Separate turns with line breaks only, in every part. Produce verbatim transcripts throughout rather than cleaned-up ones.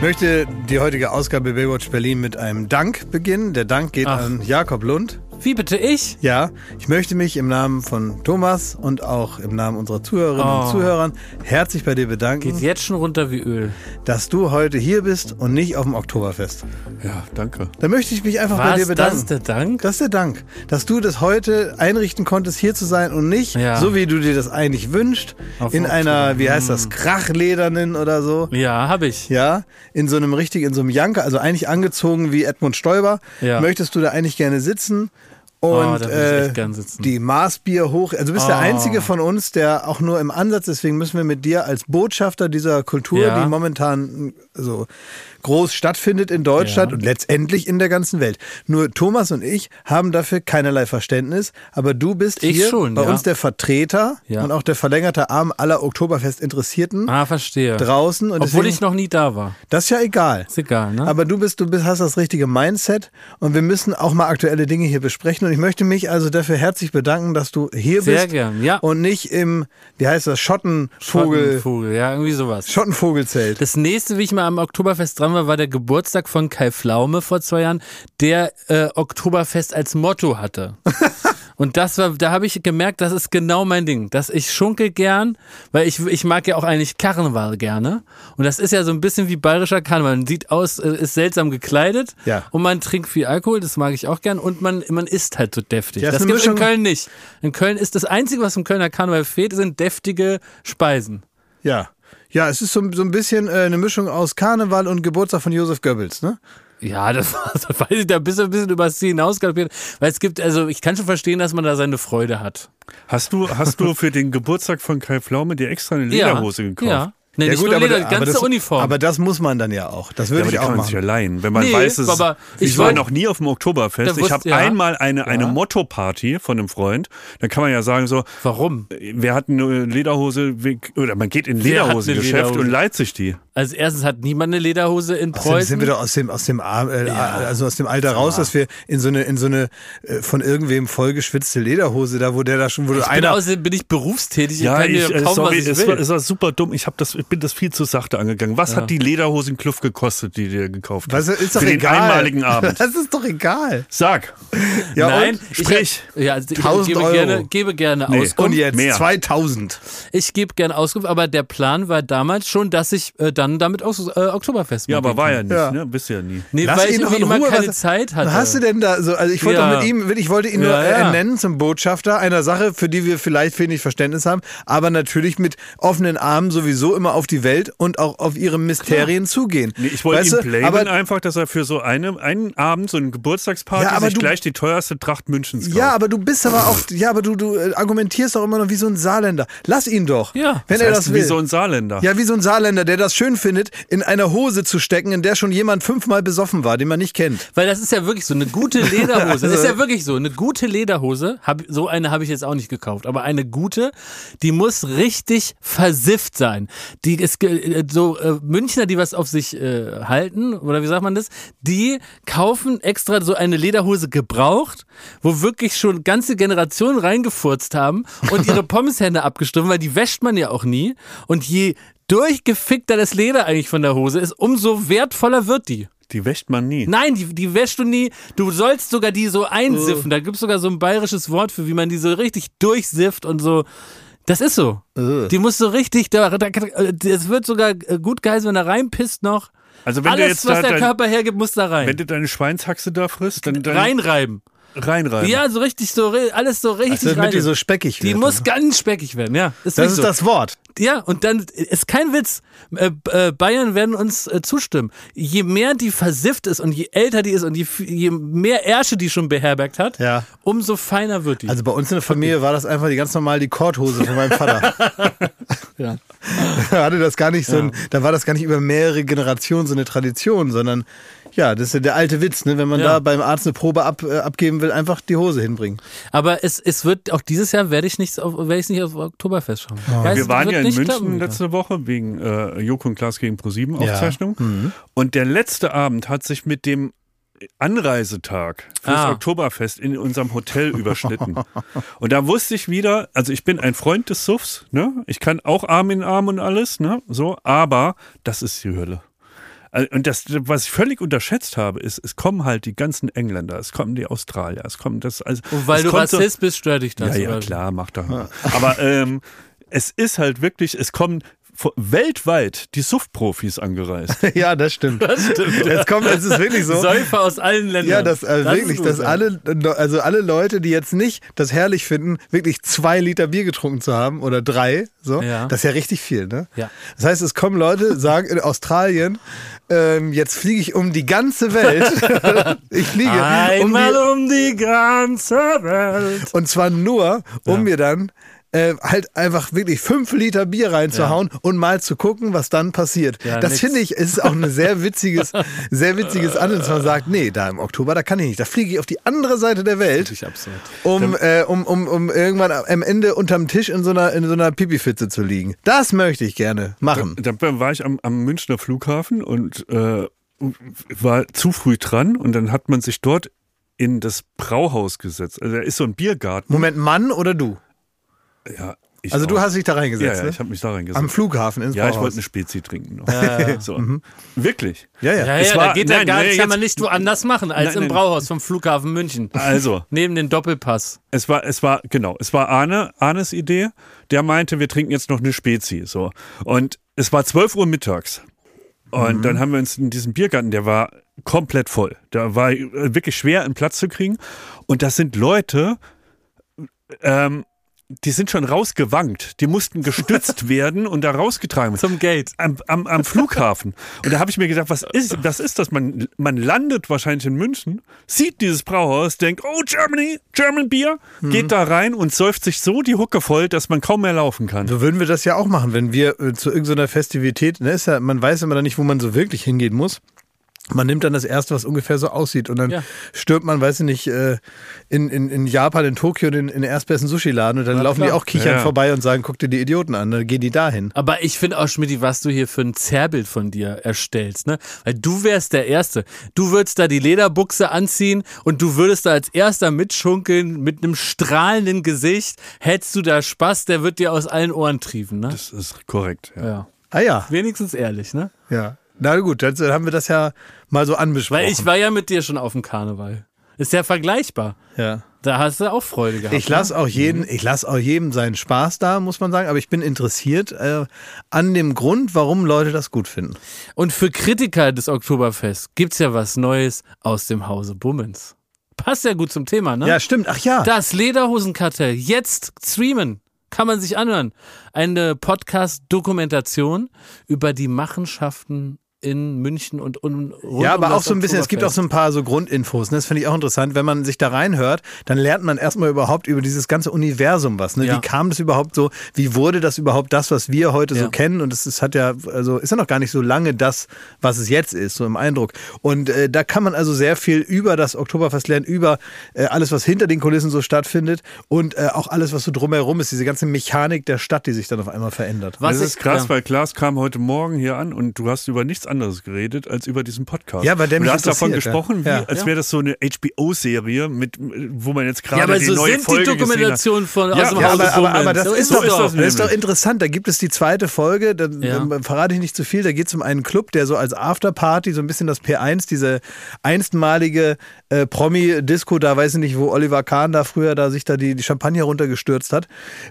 möchte die heutige Ausgabe Baywatch Berlin mit einem Dank beginnen. Der Dank geht Ach. an Jakob Lund.
Wie bitte ich?
Ja, ich möchte mich im Namen von Thomas und auch im Namen unserer Zuhörerinnen oh. und Zuhörern herzlich bei dir bedanken.
Geht jetzt schon runter wie Öl.
Dass du heute hier bist und nicht auf dem Oktoberfest.
Ja, danke.
Da möchte ich mich einfach
Was,
bei dir bedanken.
Das ist der Dank?
Das ist der Dank. Dass du das heute einrichten konntest, hier zu sein und nicht, ja. so wie du dir das eigentlich wünschst, auf in einer, wie heißt das, Krachledernen oder so.
Ja, habe ich.
Ja, in so einem richtig, in so einem Janker, also eigentlich angezogen wie Edmund Stoiber. Ja. Möchtest du da eigentlich gerne sitzen? Und
oh,
äh,
sitzen.
die Maßbier hoch. Also du bist oh. der Einzige von uns, der auch nur im Ansatz, deswegen müssen wir mit dir als Botschafter dieser Kultur, ja. die momentan so groß stattfindet in Deutschland ja. und letztendlich in der ganzen Welt. Nur Thomas und ich haben dafür keinerlei Verständnis, aber du bist
ich
hier
schon,
bei
ja.
uns der Vertreter
ja.
und auch der verlängerte Arm aller Oktoberfest-Interessierten.
Ah, verstehe.
Draußen. Und
Obwohl
deswegen,
ich noch nie da war.
Das ist ja egal.
Ist egal, ne?
Aber du bist, du bist, hast das richtige Mindset und wir müssen auch mal aktuelle Dinge hier besprechen und ich möchte mich also dafür herzlich bedanken, dass du hier
Sehr
bist.
gern, ja.
Und nicht im, wie heißt das, Schottenvogel.
Schottenvogel, ja, irgendwie sowas.
Schottenvogelzelt.
Das nächste, wie ich mal am Oktoberfest dran war, war der Geburtstag von Kai Pflaume vor zwei Jahren, der äh, Oktoberfest als Motto hatte. Und das war, da habe ich gemerkt, das ist genau mein Ding. Dass ich schunkel gern, weil ich, ich mag ja auch eigentlich Karneval gerne. Und das ist ja so ein bisschen wie bayerischer Karneval. Man sieht aus, ist seltsam gekleidet
ja.
und man trinkt viel Alkohol, das mag ich auch gern. Und man, man isst halt so deftig.
Ja,
das gibt es in Köln nicht. In Köln ist das Einzige, was im Kölner Karneval fehlt, sind deftige Speisen.
Ja. Ja, es ist so, so ein bisschen äh, eine Mischung aus Karneval und Geburtstag von Josef Goebbels, ne?
Ja, das, das weiß ich, da bist du ein bisschen über das Ziel hinausgaloppiert. Weil es gibt, also ich kann schon verstehen, dass man da seine Freude hat.
Hast du, hast du für den Geburtstag von Kai Pflaume dir extra eine Lederhose
ja,
gekauft?
Ja. Nee,
ja,
nicht
gut,
nur
aber,
Leder, die ganze
aber das,
Uniform.
Aber das muss man dann ja auch. Das würde
ja,
ich auch
kann man
machen.
sich ja leihen, wenn man
nee,
weiß, es
aber
ich,
ich
war
wollt,
noch nie auf dem Oktoberfest. Ich habe ja, einmal eine, eine ja. Motto-Party von einem Freund. Dann kann man ja sagen so,
warum?
Wer hat eine Lederhose, oder man geht in ein Lederhosengeschäft und leiht sich die.
Also erstens hat niemand eine Lederhose in Preußen.
Also sind wir doch aus dem, aus dem, äh, ja. also aus dem Alter raus, dass wir in so eine, in so eine äh, von irgendwem vollgeschwitzte Lederhose, da wo der da schon, wo
ich
einer.
Bin außerdem bin ich berufstätig.
Ja,
ich kann
ich,
mir kaum,
sorry,
was ich
es,
will.
War, es war super dumm. Ich habe das, ich bin das viel zu sachte angegangen. Was ja. hat die Lederhosenkluft gekostet, die dir gekauft hast?
Was, ist doch
Für
egal.
den einmaligen Abend.
Das ist doch egal.
Sag.
Ja,
Nein,
und?
Sprich. Ich, ja, also
tausend
gebe
Euro.
Gerne, gebe gerne
nee.
Auskunft.
Und jetzt
mehr.
zweitausend.
Ich gebe gerne Auskunft, aber der Plan war damals schon, dass ich äh, dann damit aus, äh, Oktoberfest
Ja, aber war ja
kann.
nicht,
ja.
ne? Bist ja nie.
Nee,
Lass
weil ich
ihn
irgendwie immer
Ruhe,
keine
was,
Zeit hatte.
Hast du denn da so, also ich wollte
ja.
doch mit ihm, ich wollte ihn nur
ja, ja.
ernennen zum Botschafter einer Sache, für die wir vielleicht wenig Verständnis haben, aber natürlich mit offenen Armen sowieso immer auf die Welt und auch auf ihre Mysterien Klar. zugehen.
Nee, ich wollte
weißt
ihn blamen
aber,
einfach, dass er für so eine, einen Abend, so eine Geburtstagsparty,
ja,
sich
du,
gleich die teuerste Tracht Münchens kauft.
Ja, aber du bist aber auch, ja, aber du, du argumentierst auch immer noch wie so ein Saarländer. Lass ihn doch,
ja.
wenn
das
er
heißt,
das will.
Wie so ein Saarländer.
Ja, wie so ein Saarländer, der das schön findet, in einer Hose zu stecken, in der schon jemand fünfmal besoffen war, den man nicht kennt.
Weil das ist ja wirklich so eine gute Lederhose. Das ist ja wirklich so. Eine gute Lederhose, hab, so eine habe ich jetzt auch nicht gekauft, aber eine gute, die muss richtig versifft sein. Die ist so äh, Münchner, die was auf sich äh, halten, oder wie sagt man das, die kaufen extra so eine Lederhose gebraucht, wo wirklich schon ganze Generationen reingefurzt haben und ihre Pommeshände abgestriffen, weil die wäscht man ja auch nie. Und je durchgefickter das Leder eigentlich von der Hose ist, umso wertvoller wird die.
Die wäscht man nie.
Nein, die, die wäschst du nie. Du sollst sogar die so einsiffen. Uh. Da gibt es sogar so ein bayerisches Wort für, wie man die so richtig durchsifft und so. Das ist so. Uh. Die muss so richtig, da, da, es wird sogar gut geheißen, wenn er reinpisst noch.
Also wenn
Alles,
du jetzt
was
da,
der Körper hergibt, muss da rein.
Wenn du deine Schweinshaxe da frisst, dann... dann
reinreiben.
Reinreiben.
Ja, so richtig, so alles so richtig
also, damit
rein.
die so speckig
Die
wird,
muss
oder?
ganz speckig werden, ja.
Ist das ist so. Das Wort.
Ja, und dann ist kein Witz. Äh, äh, Bayern werden uns äh, zustimmen. Je mehr die versifft ist und je älter die ist und je, je mehr Ärsche die schon beherbergt hat,
ja.
umso feiner wird die.
Also bei uns in der Familie war das einfach die ganz normal die Korthose von meinem Vater.
ja.
Da hatte das gar nicht so ein,
ja.
da war das gar nicht über mehrere Generationen so eine Tradition, sondern ja, das ist ja der alte Witz, ne? Wenn man ja. da beim Arzt eine Probe ab, äh, abgeben will, einfach die Hose hinbringen.
Aber es, es wird, auch dieses Jahr werde ich nicht auf, werde ich nicht auf Oktoberfest schauen.
Oh.
Weiß,
Wir waren ja in München
klappen,
letzte Woche wegen äh, Joko und Klaas gegen ProSieben Aufzeichnung.
Ja. Mhm.
Und der letzte Abend hat sich mit dem Anreisetag fürs
ah.
Oktoberfest in unserem Hotel überschnitten. Und da wusste ich wieder, also ich bin ein Freund des Suffs, ne? Ich kann auch Arm in Arm und alles, ne? So, aber das ist die Hölle. Und das, was ich völlig unterschätzt habe, ist, es kommen halt die ganzen Engländer, es kommen die Australier, es kommen das. Also,
und weil du Rassist
so,
bist, stört dich das.
Ja, ja,
oder?
klar, macht doch. Ja. Aber ähm, es ist halt wirklich, es kommen weltweit die Suff-Profis angereist.
Ja, das stimmt.
Das stimmt.
Es kommt, es ist wirklich so.
Säufer aus allen Ländern.
Ja, das, also
das
wirklich,
gut,
dass
ja.
alle, also alle Leute, die jetzt nicht das herrlich finden, wirklich zwei Liter Bier getrunken zu haben oder drei, so,
ja.
das ist ja richtig viel, ne?
Ja.
Das heißt, es kommen Leute, sagen in Australien, ähm, jetzt fliege ich um die ganze Welt. Ich fliege
Einmal
um die,
um die ganze Welt.
und zwar nur, um
Ja.
mir dann Äh, halt einfach wirklich fünf Liter Bier reinzuhauen ja. und mal zu gucken, was dann passiert. Ja, das finde ich, ist auch ein sehr witziges, sehr witziges Anliegen, dass man sagt, nee, da im Oktober, da kann ich nicht. Da fliege ich auf die andere Seite der Welt,
absurd.
Um, äh, um, um, um irgendwann am Ende unterm Tisch in so einer, in so einer Pipi-Fitze zu liegen. Das möchte ich gerne machen.
Da, da war ich am, am Münchner Flughafen und äh, war zu früh dran und dann hat man sich dort in das Brauhaus gesetzt. Also da ist so ein Biergarten.
Moment, Mann oder du?
Ja, ich
also
auch.
du hast dich da reingesetzt,
ja, ja,
ne?
ich habe mich da reingesetzt.
Am Flughafen ins
Ja,
Brauhaus.
ich wollte eine Spezi trinken noch.
Ja, ja.
So.
Mhm.
Wirklich?
Ja, ja.
Ja,
Es
ja,
war-
da geht
nein,
ja gar
nein,
nichts, kann man
jetzt-
nicht woanders machen als
Nein,
im
nein.
Brauhaus vom Flughafen München.
Also,
Neben den Doppelpass.
es war, es war, genau, es war Arne, Arnes Idee. Der meinte, wir trinken jetzt noch eine Spezi. So. Und es war zwölf Uhr mittags. Und
Mhm.
dann haben wir uns in diesem Biergarten, der war komplett voll. Da war wirklich schwer, einen Platz zu kriegen. Und das sind Leute, ähm, die sind schon rausgewankt. Die mussten gestützt werden und da rausgetragen werden.
Zum Gate.
Am, am, am Flughafen. Und da habe ich mir gedacht, was ist das? Ist das? Man, man landet wahrscheinlich in München, sieht dieses Brauhaus, denkt, oh, Germany, German Beer, geht da rein und säuft sich so die Hucke voll, dass man kaum mehr laufen kann.
So würden wir das ja auch machen, wenn wir äh, zu irgendeiner Festivität, ne, ist ja, man weiß immer dann nicht, wo man so wirklich hingehen muss. Man nimmt dann das Erste, was ungefähr so aussieht und dann
Ja.
stürmt man, weiß ich nicht, äh, in, in, in Japan, in Tokio, in, in den erstbesten Sushi-Laden und dann
Na
laufen
klar.
die auch kichern
Ja.
vorbei und sagen, guck dir die Idioten an, dann gehen die dahin.
Aber ich finde auch, Schmidti, was du hier für ein Zerrbild von dir erstellst, ne? Weil du wärst der Erste. Du würdest da die Lederbuchse anziehen und du würdest da als Erster mitschunkeln mit einem strahlenden Gesicht. Hättest du da Spaß, der wird dir aus allen Ohren triefen, ne?
Das ist korrekt. Ja.
Ja.
Ah ja,
Wenigstens ehrlich, ne?
ja. Na gut, dann haben wir das ja mal so anbesprochen.
Weil ich war ja mit dir schon auf dem Karneval. Ist ja vergleichbar.
ja.
Da hast du auch Freude gehabt.
Ich lasse
ne?
auch jeden, ich lasse auch jedem seinen Spaß da, muss man sagen, aber ich bin interessiert äh, an dem Grund, warum Leute das gut finden.
Und für Kritiker des Oktoberfests gibt's ja was Neues aus dem Hause Bummens. Passt ja gut zum Thema, ne?
Ja, stimmt. Ach ja.
Das Lederhosenkartell jetzt streamen. Kann man sich anhören. Eine Podcast-Dokumentation über die Machenschaften in München und, und rund
Ja,
um
aber auch
das
so ein bisschen, es gibt auch so ein paar so Grundinfos, ne? Das finde ich auch interessant. Wenn man sich da reinhört, dann lernt man erstmal überhaupt über dieses ganze Universum was, ne?
Ja.
Wie kam das überhaupt so, wie wurde das überhaupt das, was wir heute
Ja.
so kennen? Und es ist, hat ja, also ist ja noch gar nicht so lange das, was es jetzt ist, so im Eindruck. Und äh, da kann man also sehr viel über das Oktoberfest lernen, über äh, alles, was hinter den Kulissen so stattfindet und äh, auch alles, was so drumherum ist, diese ganze Mechanik der Stadt, die sich dann auf einmal verändert.
Was
Das
ich-
ist krass,
ja.
weil Klaas kam heute Morgen hier an und du hast über nichts anderes geredet als über diesen Podcast.
Ja, weil der
und
mich
du hast davon
interessiert,
gesprochen, wie,
ja.
als
Ja.
wäre das so eine H B O-Serie, mit, wo man jetzt gerade
Ja, aber
die
so
neue
sind
Folge
die
gesehen hat.
Dokumentationen von
Ja,
aus dem
ja,
Hause
aber, aber, aber
Bummens.
das,
So
ist
so
doch,
ist das
das ist doch
nämlich.
interessant. Da gibt es die zweite Folge, dann,
Ja.
dann verrate ich nicht zu viel. Da geht es um einen Club, der so als Afterparty so ein bisschen das P eins, diese einstmalige äh, Promi-Disco, da weiß ich nicht, wo Oliver Kahn da früher da sich da die, die Champagner runtergestürzt hat.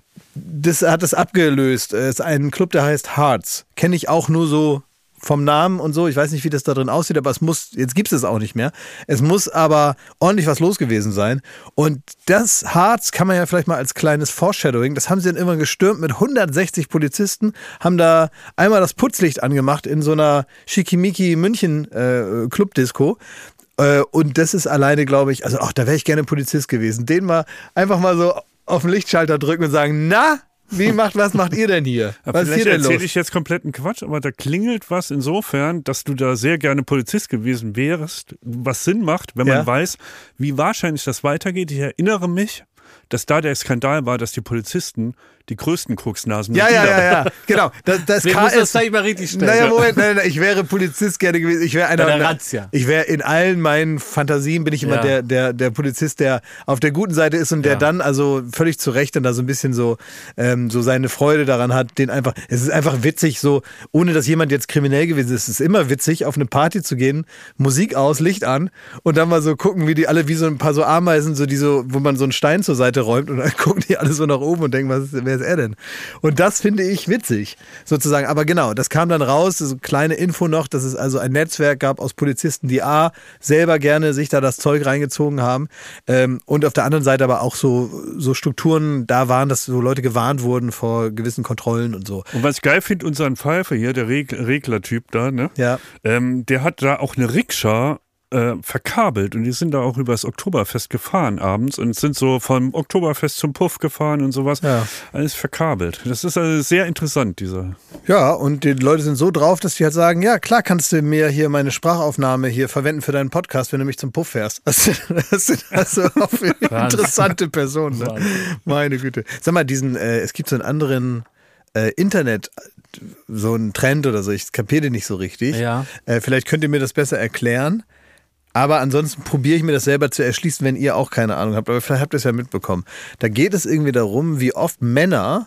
Das hat das abgelöst. Es ist ein Club, der heißt Hearts. Kenne ich auch nur so vom Namen und so. Ich weiß nicht, wie das da drin aussieht, aber es muss, jetzt gibt es es auch nicht mehr. Es muss aber ordentlich was los gewesen sein. Und das Harz kann man ja vielleicht mal als kleines Foreshadowing, das haben sie dann immer gestürmt mit hundertsechzig Polizisten, haben da einmal das Putzlicht angemacht in so einer Schickimicki München äh, Clubdisco. Äh, und das ist alleine, glaube ich, also ach, da wäre ich gerne Polizist gewesen. Den mal einfach mal so auf den Lichtschalter drücken und sagen, na, wie macht, was macht ihr denn hier?
Aber
Was ist hier
vielleicht
denn
erzähle
los?
ich jetzt kompletten Quatsch, aber da klingelt was insofern, dass du da sehr gerne Polizist gewesen wärst, was Sinn macht, wenn man
Ja.
weiß, wie wahrscheinlich das weitergeht. Ich erinnere mich, dass da der Skandal war, dass die Polizisten die größten Koksnasen
Ja, ja, ja, ja, genau. Das, das
K S, das zeig ich mal richtig stellen.
Naja, Moment, nein, nein, ich wäre Polizist gerne gewesen. Ich wäre einer
der Razzia.
Ich wäre in allen meinen Fantasien bin ich immer ja. der, der, der Polizist, der auf der guten Seite ist und der ja. dann also völlig zu Recht dann da so ein bisschen so, ähm, so seine Freude daran hat, den einfach, es ist einfach witzig, so, ohne dass jemand jetzt kriminell gewesen ist, es ist immer witzig, auf eine Party zu gehen, Musik aus, Licht an und dann mal so gucken, wie die alle, wie so ein paar so Ameisen, so die so, wo man so einen Stein zur Seite räumt und dann gucken die alle so nach oben und denken, was ist, wer ist er denn? Und das finde ich witzig, sozusagen. Aber genau, das kam dann raus, so kleine Info noch, dass es also ein Netzwerk gab aus Polizisten, die A, selber gerne sich da das Zeug reingezogen haben ähm, und auf der anderen Seite aber auch so, so Strukturen da waren, dass so Leute gewarnt wurden vor gewissen Kontrollen und so.
Und was ich geil finde, unseren Pfeife hier, der Reg- Regler-Typ da, ne?
Ja.
Ähm, der hat da auch eine Rikscha Äh, verkabelt und die sind da auch übers Oktoberfest gefahren abends und sind so vom Oktoberfest zum Puff gefahren und sowas.
Ja.
Alles verkabelt. Das ist also sehr interessant, dieser.
Ja, und die Leute sind so drauf, dass die halt sagen, ja klar kannst du mir hier meine Sprachaufnahme hier verwenden für deinen Podcast, wenn du mich zum Puff fährst. Das sind, das sind also auch interessante Personen. Ne? Meine Güte. Sag mal, diesen, äh, es gibt so einen anderen äh, Internet- so einen Trend oder so, ich kapiere den nicht so richtig.
Ja.
Äh, vielleicht könnt ihr mir das besser erklären. Aber ansonsten probiere ich mir das selber zu erschließen, wenn ihr auch keine Ahnung habt. Aber vielleicht habt ihr es ja mitbekommen. Da geht es irgendwie darum, wie oft Männer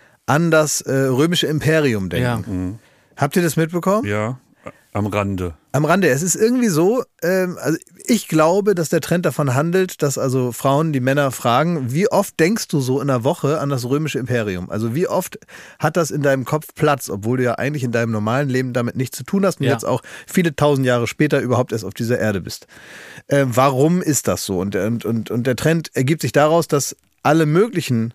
an das äh, römische Imperium denken.
Ja.
Mhm.
Habt ihr das mitbekommen?
Ja, am Rande.
Am Rande. Es ist irgendwie so, ähm, also ich glaube, dass der Trend davon handelt, dass also Frauen die Männer fragen, wie oft denkst du so in einer Woche an das römische Imperium? Also wie oft hat das in deinem Kopf Platz, obwohl du ja eigentlich in deinem normalen Leben damit nichts zu tun hast und
ja.
jetzt auch viele tausend Jahre später überhaupt erst auf dieser Erde bist. Äh, warum ist das so? Und, und, und, und der Trend ergibt sich daraus, dass alle möglichen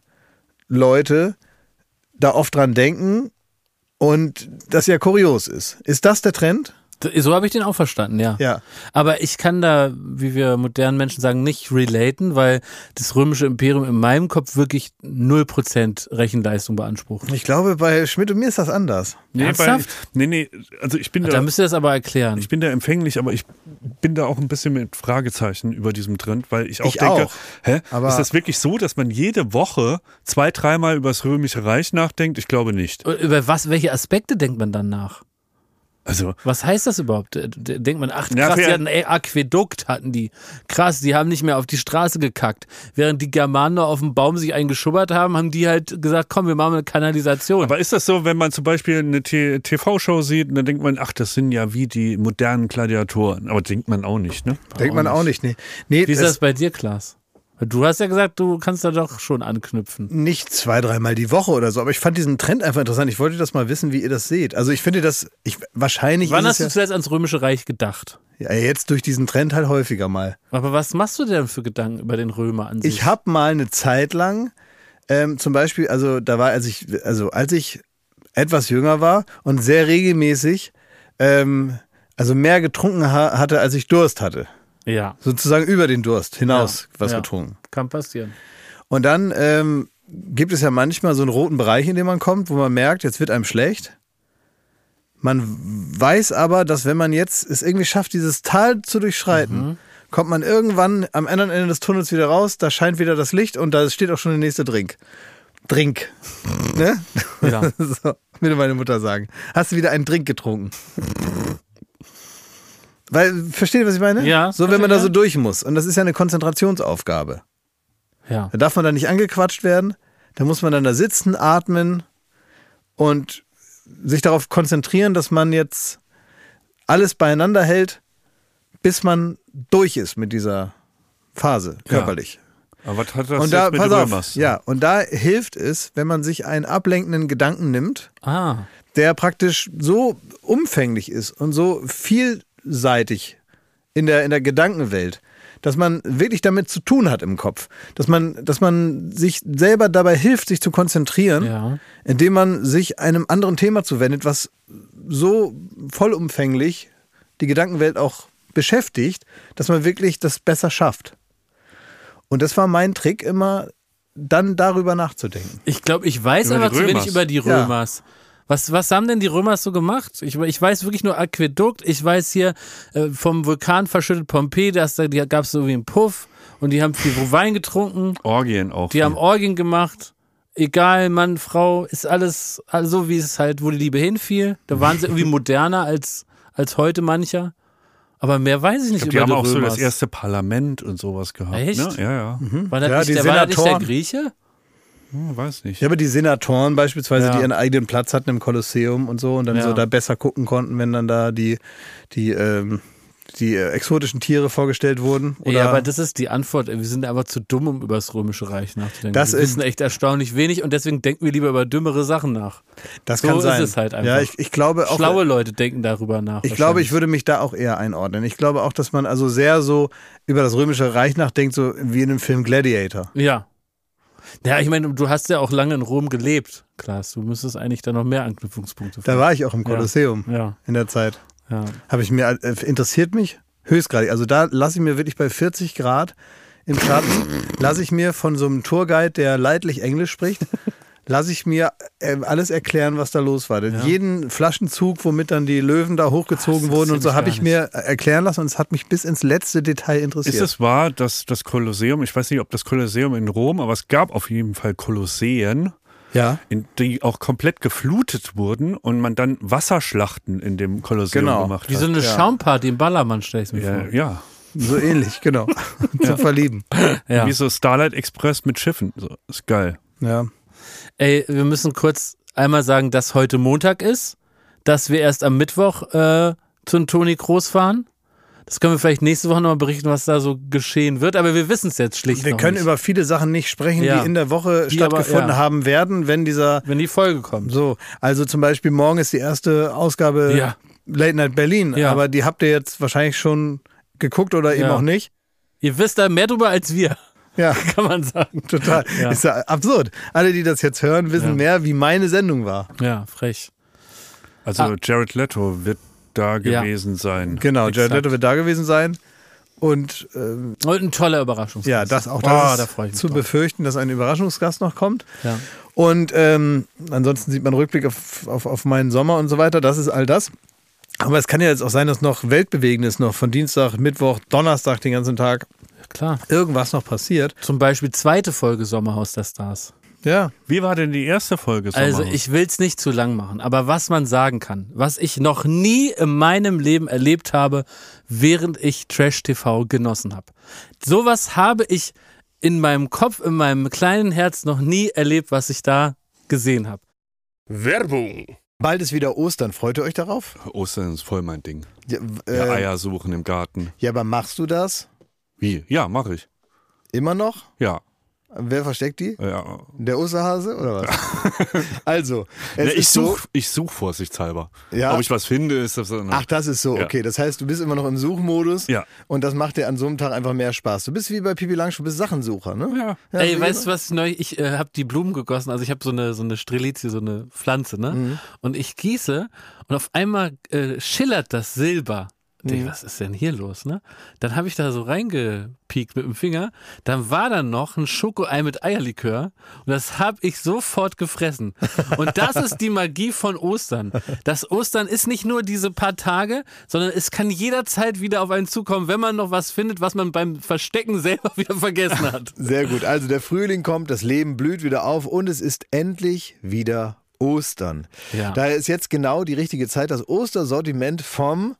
Leute da oft dran denken und das ja kurios ist. Ist das der Trend?
So habe ich den auch verstanden, ja.
Ja.
Aber ich kann da, wie wir modernen Menschen sagen, nicht relaten, weil das römische Imperium in meinem Kopf wirklich null Prozent Rechenleistung beansprucht.
Ich glaube, bei Schmidt und mir ist das anders.
Nee,
Ernsthaft?
Bei, nee, nee, also ich bin da.
Da müsst ihr das aber erklären.
Ich bin da empfänglich, aber ich bin da auch ein bisschen mit Fragezeichen über diesem Trend, weil ich auch
ich
denke,
auch.
hä,
aber
ist das wirklich so, dass man jede Woche zwei, dreimal über das Römische Reich nachdenkt? Ich glaube nicht.
Über was, welche Aspekte denkt man dann nach?
Also,
was heißt das überhaupt? Denkt man, ach krass,
ja,
die hatten ein Aquädukt, hatten die. Krass, die haben nicht mehr auf die Straße gekackt. Während die Germanen noch auf dem Baum sich eingeschubbert haben, haben die halt gesagt, komm, wir machen eine Kanalisation.
Aber ist das so, wenn man zum Beispiel eine T V-Show sieht und dann denkt man, ach, das sind ja wie die modernen Gladiatoren. Aber denkt man auch nicht, ne?
Denkt
auch
man
nicht.
auch nicht, ne. Nee,
wie ist das bei dir, Klaas? Du hast ja gesagt, du kannst da doch schon anknüpfen.
Nicht zwei, dreimal die Woche oder so, aber ich fand diesen Trend einfach interessant. Ich wollte das mal wissen, wie ihr das seht. Also ich finde das, ich, wahrscheinlich
Wann
ist
hast
es
du zuletzt ans Römische Reich gedacht?
ja, ja jetzt durch diesen Trend halt häufiger mal.
Aber was machst du denn für Gedanken über den Römer an sich?
Ich habe mal eine Zeit lang, ähm, zum Beispiel, also da war, als ich, also als ich etwas jünger war und sehr regelmäßig, ähm, also mehr getrunken ha- hatte, als ich Durst hatte.
Ja.
Sozusagen über den Durst hinaus
ja,
was
ja.
getrunken.
Kann passieren.
Und dann ähm, gibt es ja manchmal so einen roten Bereich, in den man kommt, wo man merkt, jetzt wird einem schlecht. Man weiß aber, dass wenn man jetzt es irgendwie schafft, dieses Tal zu durchschreiten, mhm. kommt man irgendwann am anderen Ende des Tunnels wieder raus, da scheint wieder das Licht und da steht auch schon der nächste Drink. Drink. Ne?
Ja.
So, würde meine Mutter sagen. Hast du wieder einen Drink getrunken? Weil, versteht ihr, was ich meine?
Ja.
So, wenn man da so durch muss. Und das ist ja eine Konzentrationsaufgabe.
Ja.
Da darf man dann nicht angequatscht werden. Da muss man dann da sitzen, atmen und sich darauf konzentrieren, dass man jetzt alles beieinander hält, bis man durch ist mit dieser Phase, körperlich.
Ja. Aber was hat das
und da,
jetzt mit
pass
dem
auf,
Römers?
ja, und da hilft es, wenn man sich einen ablenkenden Gedanken nimmt,
Ah.
der praktisch so umfänglich ist und so vielseitig in der, in der Gedankenwelt, dass man wirklich damit zu tun hat im Kopf. Dass man, dass man sich selber dabei hilft, sich zu konzentrieren,
Ja.
indem man sich einem anderen Thema zuwendet, was so vollumfänglich die Gedankenwelt auch beschäftigt, dass man wirklich das besser schafft. Und das war mein Trick immer, dann darüber nachzudenken.
Ich glaube, ich weiß
Über
aber
die
zu wenig
Römers.
über die
Ja.
Römers. Was, was haben denn die Römers so gemacht? Ich, ich weiß wirklich nur Aquädukt. Ich weiß hier äh, vom Vulkan verschüttet Pompeji, dass da gab es so wie einen Puff und die haben viel Wein getrunken.
Orgien auch.
Die haben Orgien gemacht. Egal, Mann, Frau, ist alles, alles so, wie es halt, wo die Liebe hinfiel. Da waren sie irgendwie moderner als, als heute mancher. Aber mehr weiß ich nicht
ich glaub,
über
die haben
die
auch
Römers.
so das erste Parlament und sowas gehabt.
Echt?
Ne? Ja, ja.
Mhm. War, das
Ja,
nicht,
die
der, war das nicht der
Senatoren.
Grieche?
Hm, weiß nicht.
Ja, aber die Senatoren beispielsweise,
Ja.
die ihren eigenen Platz hatten im Kolosseum und so und dann
Ja.
so da besser gucken konnten, wenn dann da die, die, ähm, die äh, exotischen Tiere vorgestellt wurden. Oder
Ja, aber das ist die Antwort. Wir sind einfach zu dumm, um über das Römische Reich nachzudenken.
Das
wir
ist-
wissen echt erstaunlich wenig und deswegen denken wir lieber über dümmere Sachen nach.
das
so
kann
ist
sein.
es halt einfach.
Ja, ich, ich glaube auch.
Schlaue Leute denken darüber nach.
Ich glaube, ich würde mich da auch eher einordnen. Ich glaube auch, dass man also sehr so über das Römische Reich nachdenkt, so wie in dem Film Gladiator.
Ja. Ja, ich meine, du hast ja auch lange in Rom gelebt, Klaas. Du müsstest eigentlich da noch mehr Anknüpfungspunkte
Da
finden.
war ich auch im Kolosseum
Ja,
in der Zeit.
ja.
Habe ich mir, äh, interessiert mich höchstgradig. Also da lasse ich mir wirklich bei vierzig Grad im Schatten, lasse ich mir von so einem Tourguide, der leidlich Englisch spricht, lasse ich mir äh, alles erklären, was da los war.
Ja.
Jeden Flaschenzug, womit dann die Löwen da hochgezogen
Das
wurden und so,
interessiert
habe
mich
ich mir erklären lassen und es hat mich bis ins letzte Detail interessiert.
Ist es wahr, dass das Kolosseum, ich weiß nicht, ob das Kolosseum in Rom, aber es gab auf jeden Fall Kolosseen,
Ja.
in die auch komplett geflutet wurden und man dann Wasserschlachten in dem Kolosseum
Genau.
gemacht
Wie
hat.
so eine
Ja.
Schaumparty im Ballermann, stell ich mir
ja,
vor.
ja.
So ähnlich, genau. Zum Verlieben.
Ja.
Wie so Starlight Express mit Schiffen. So, ist geil.
Ja.
Ey, wir müssen kurz einmal sagen, dass heute Montag ist, dass wir erst am Mittwoch äh, zum Toni Kroos fahren. Das können wir vielleicht nächste Woche nochmal berichten, was da so geschehen wird, aber wir wissen es jetzt schlicht
Wir
noch
können
nicht.
über viele Sachen nicht sprechen,
Ja.
die in der Woche
Die aber-
stattgefunden
ja.
haben werden, wenn dieser
wenn die Folge kommt.
so, also zum Beispiel morgen ist die erste Ausgabe
Ja.
Late Night Berlin,
Ja.
aber die habt ihr jetzt wahrscheinlich schon geguckt oder eben
Ja.
auch nicht.
Ihr wisst da mehr drüber als wir,
Ja,
kann man sagen.
total.
Ja.
Ist ja absurd. Alle, die das jetzt hören, wissen
Ja.
mehr, wie meine Sendung war.
Ja, frech.
Also
Ah.
Jared Leto wird da
Ja.
gewesen sein.
Genau, Jared
Exakt.
Leto wird da gewesen sein. Und ähm,
Und ein toller Überraschungsgast.
ja, das auch
Oh,
das
da
ist
freue ich mich
zu
drauf.
befürchten, dass ein Überraschungsgast noch kommt.
Ja.
Und ähm, ansonsten sieht man Rückblick auf, auf, auf meinen Sommer und so weiter. Das ist all das. Aber es kann ja jetzt auch sein, dass noch Weltbewegendes noch von Dienstag, Mittwoch, Donnerstag den ganzen Tag
Klar.
irgendwas noch passiert.
Zum Beispiel zweite Folge Sommerhaus der Stars.
Ja,
Wie war denn die erste Folge
Also
Sommerhaus?
ich will es nicht zu lang machen, aber was man sagen kann, was ich noch nie in meinem Leben erlebt habe, während ich Trash-T V genossen habe. Sowas habe ich in meinem Kopf, in meinem kleinen Herz noch nie erlebt, was ich da gesehen habe.
Werbung.
bald ist wieder Ostern. Freut ihr euch darauf?
Ostern ist voll mein Ding.
Ja,
Ja,
äh,
Eier suchen im Garten.
ja, aber machst du das
Wie? Ja, mache ich.
immer noch?
Ja.
Wer versteckt die?
ja.
Der Osterhase oder was? Also, es
Ja, ich
ist so.
suche ich such vorsichtshalber.
Ja.
Ob ich was finde, ist das so.
Ach, das ist so,
Ja.
okay. Das heißt, du bist immer noch im Suchmodus
Ja.
und das macht dir an so einem Tag einfach mehr Spaß. Du bist wie bei Pipi Langstrumpf, du bist Sachensucher, ne?
Ja.
Ja,
Ey,
wie
weißt du
immer.
was neu? Ich äh, habe die Blumen gegossen, also ich habe so eine so eine Strelizie, so eine Pflanze, ne?
Mhm.
Und ich gieße und auf einmal äh, schillert das Silber.
Mhm.
Denk, was ist denn hier los, ne? Dann habe ich da so reingepiekt mit dem Finger. Dann war da noch ein Schokoei mit Eierlikör und das habe ich sofort gefressen. Und das ist die Magie von Ostern. Das Ostern ist nicht nur diese paar Tage, sondern es kann jederzeit wieder auf einen zukommen, wenn man noch was findet, was man beim Verstecken selber wieder vergessen hat.
Sehr gut. Also der Frühling kommt, das Leben blüht wieder auf und es ist endlich wieder Ostern.
Ja.
Daher ist jetzt genau die richtige Zeit, das Ostersortiment vom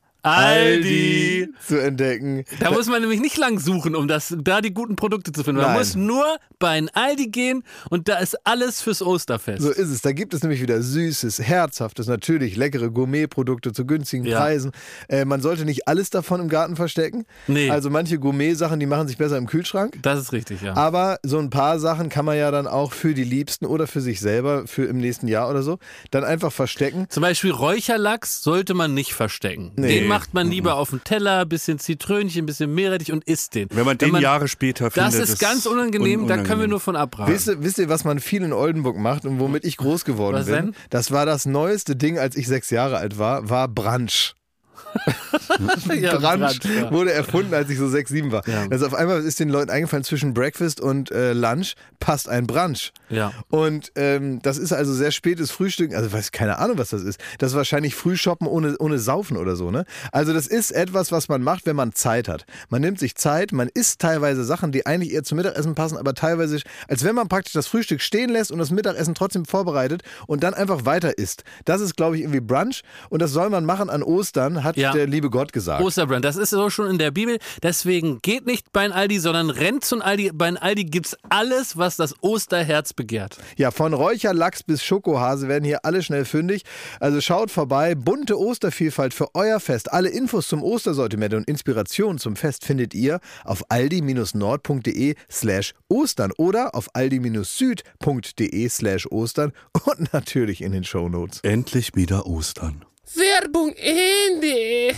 Aldi.
zu entdecken.
Da muss man nämlich nicht lang suchen, um das, da die guten Produkte zu finden. Man
Nein.
muss nur bei ein Aldi gehen und da ist alles fürs Osterfest.
So ist es. Da gibt es nämlich wieder Süßes, Herzhaftes, natürlich leckere Gourmetprodukte zu günstigen
Ja.
Preisen. Äh, man sollte nicht alles davon im Garten verstecken.
Nee.
Also manche Gourmet-Sachen, die machen sich besser im Kühlschrank.
Das ist richtig, ja.
Aber so ein paar Sachen kann man ja dann auch für die Liebsten oder für sich selber, für im nächsten Jahr oder so, dann einfach verstecken.
Zum Beispiel Räucherlachs sollte man nicht verstecken.
Nee.
Den macht man lieber auf dem Teller, bisschen Zitrönchen, bisschen Meerrettich und isst den.
Wenn man den Jahre später findet.
Das ist ganz unangenehm,
un-
da können wir
unangenehm.
nur von abraten.
Wisst ihr, wisst ihr, was man viel in Oldenburg macht und womit ich groß geworden
Was
bin?
denn?
Das war das neueste Ding, als ich sechs Jahre alt war, war Brunch.
Ja,
Brunch,
Brunch, ja.
wurde erfunden, als ich so sechs, sieben war.
Ja.
Also auf einmal ist den Leuten eingefallen, zwischen Breakfast und äh, Lunch passt ein Brunch.
Ja.
Und ähm, das ist also sehr spätes Frühstück, also weiß keine Ahnung, was das ist. Das ist wahrscheinlich Frühshoppen ohne, ohne Saufen oder so, ne? Also das ist etwas, was man macht, wenn man Zeit hat. Man nimmt sich Zeit, man isst teilweise Sachen, die eigentlich eher zum Mittagessen passen, aber teilweise, als wenn man praktisch das Frühstück stehen lässt und das Mittagessen trotzdem vorbereitet und dann einfach weiter isst. Das ist, glaube ich, irgendwie Brunch und das soll man machen an Ostern, hat
Ja.
der liebe Gott gesagt.
Osterbrunch, das ist so schon in der Bibel. Deswegen geht nicht bei Aldi, sondern rennt zum Aldi. Bei Aldi gibt's alles, was das Osterherz begehrt.
Ja, von Räucherlachs bis Schokohase werden hier alle schnell fündig. Also schaut vorbei. Bunte Ostervielfalt für euer Fest. Alle Infos zum Ostersortiment und Inspiration zum Fest findet ihr auf aldi-nord.de slash Ostern oder auf aldi-süd.de slash Ostern und natürlich in den Shownotes.
Endlich wieder Ostern.
Werbung Ende.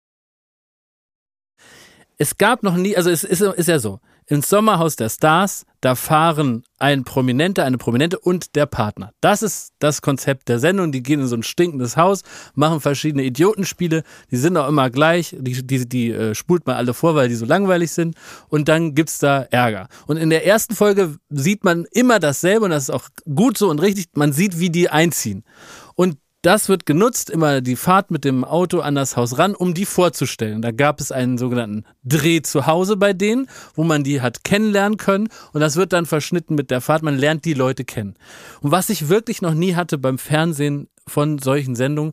Es gab noch nie, also es ist, ist ja so, ins Sommerhaus der Stars, da fahren ein Prominenter, eine Prominente und der Partner. Das ist das Konzept der Sendung. Die gehen in so ein stinkendes Haus, machen verschiedene Idiotenspiele, die sind auch immer gleich, die, die, die äh, spult man alle vor, weil die so langweilig sind und dann gibt's da Ärger. Und in der ersten Folge sieht man immer dasselbe und das ist auch gut so und richtig, man sieht, wie die einziehen. Und das wird genutzt, immer die Fahrt mit dem Auto an das Haus ran, um die vorzustellen. Da gab es einen sogenannten Dreh zu Hause bei denen, wo man die hat kennenlernen können und das wird dann verschnitten mit der Fahrt. Man lernt die Leute kennen. Und was ich wirklich noch nie hatte beim Fernsehen von solchen Sendungen,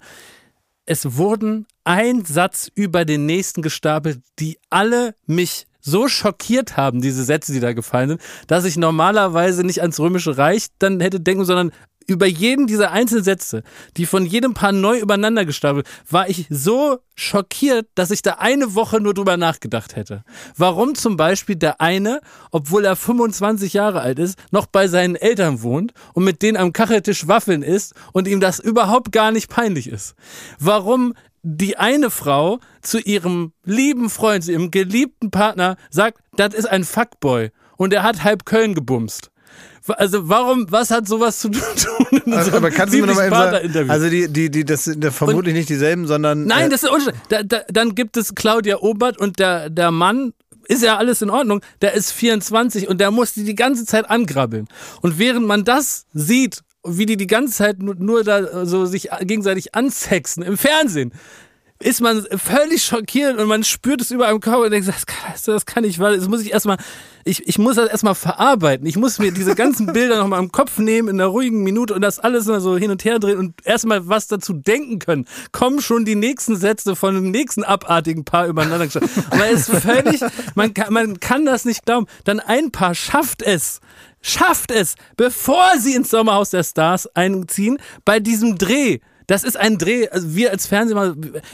es wurden ein Satz über den nächsten gestapelt, die alle mich so schockiert haben, diese Sätze, die da gefallen sind, dass ich normalerweise nicht ans Römische Reich dann hätte denken, sondern über jeden dieser einzelnen Sätze, die von jedem Paar neu übereinander gestapelt, war ich so schockiert, dass ich da eine Woche nur drüber nachgedacht hätte. Warum zum Beispiel der eine, obwohl er fünfundzwanzig Jahre alt ist, noch bei seinen Eltern wohnt und mit denen am Kacheltisch Waffeln isst und ihm das überhaupt gar nicht peinlich ist. Warum die eine Frau zu ihrem lieben Freund, zu ihrem geliebten Partner sagt, das ist ein Fuckboy und er hat halb Köln gebumst. Also warum, was hat sowas zu tun? In
Also,
so
aber kannst du mir nochmal eben sagen, also die, die, die, das sind ja vermutlich und, nicht dieselben, sondern...
Nein,
äh,
das ist Unterschied. Da, da, dann gibt es Claudia Obert und der, der Mann, ist ja alles in Ordnung, der ist vierundzwanzig und der muss die die ganze Zeit angrabbeln. Und während man das sieht, wie die die ganze Zeit nur, nur da so sich gegenseitig ansexen im Fernsehen, ist man völlig schockiert und man spürt es überall im Körper und denkt, das kann, das kann ich, weil das muss ich erstmal, ich, ich muss das erstmal verarbeiten. Ich muss mir diese ganzen Bilder nochmal im Kopf nehmen in einer ruhigen Minute und das alles mal so hin und her drehen und erstmal was dazu denken können. Kommen schon die nächsten Sätze von dem nächsten abartigen Paar übereinander gestanden. Aber es ist völlig, man kann, man kann das nicht glauben. Dann ein Paar schafft es, schafft es, bevor sie ins Sommerhaus der Stars einziehen, bei diesem Dreh. Das ist ein Dreh, also wir als Fernsehmacher,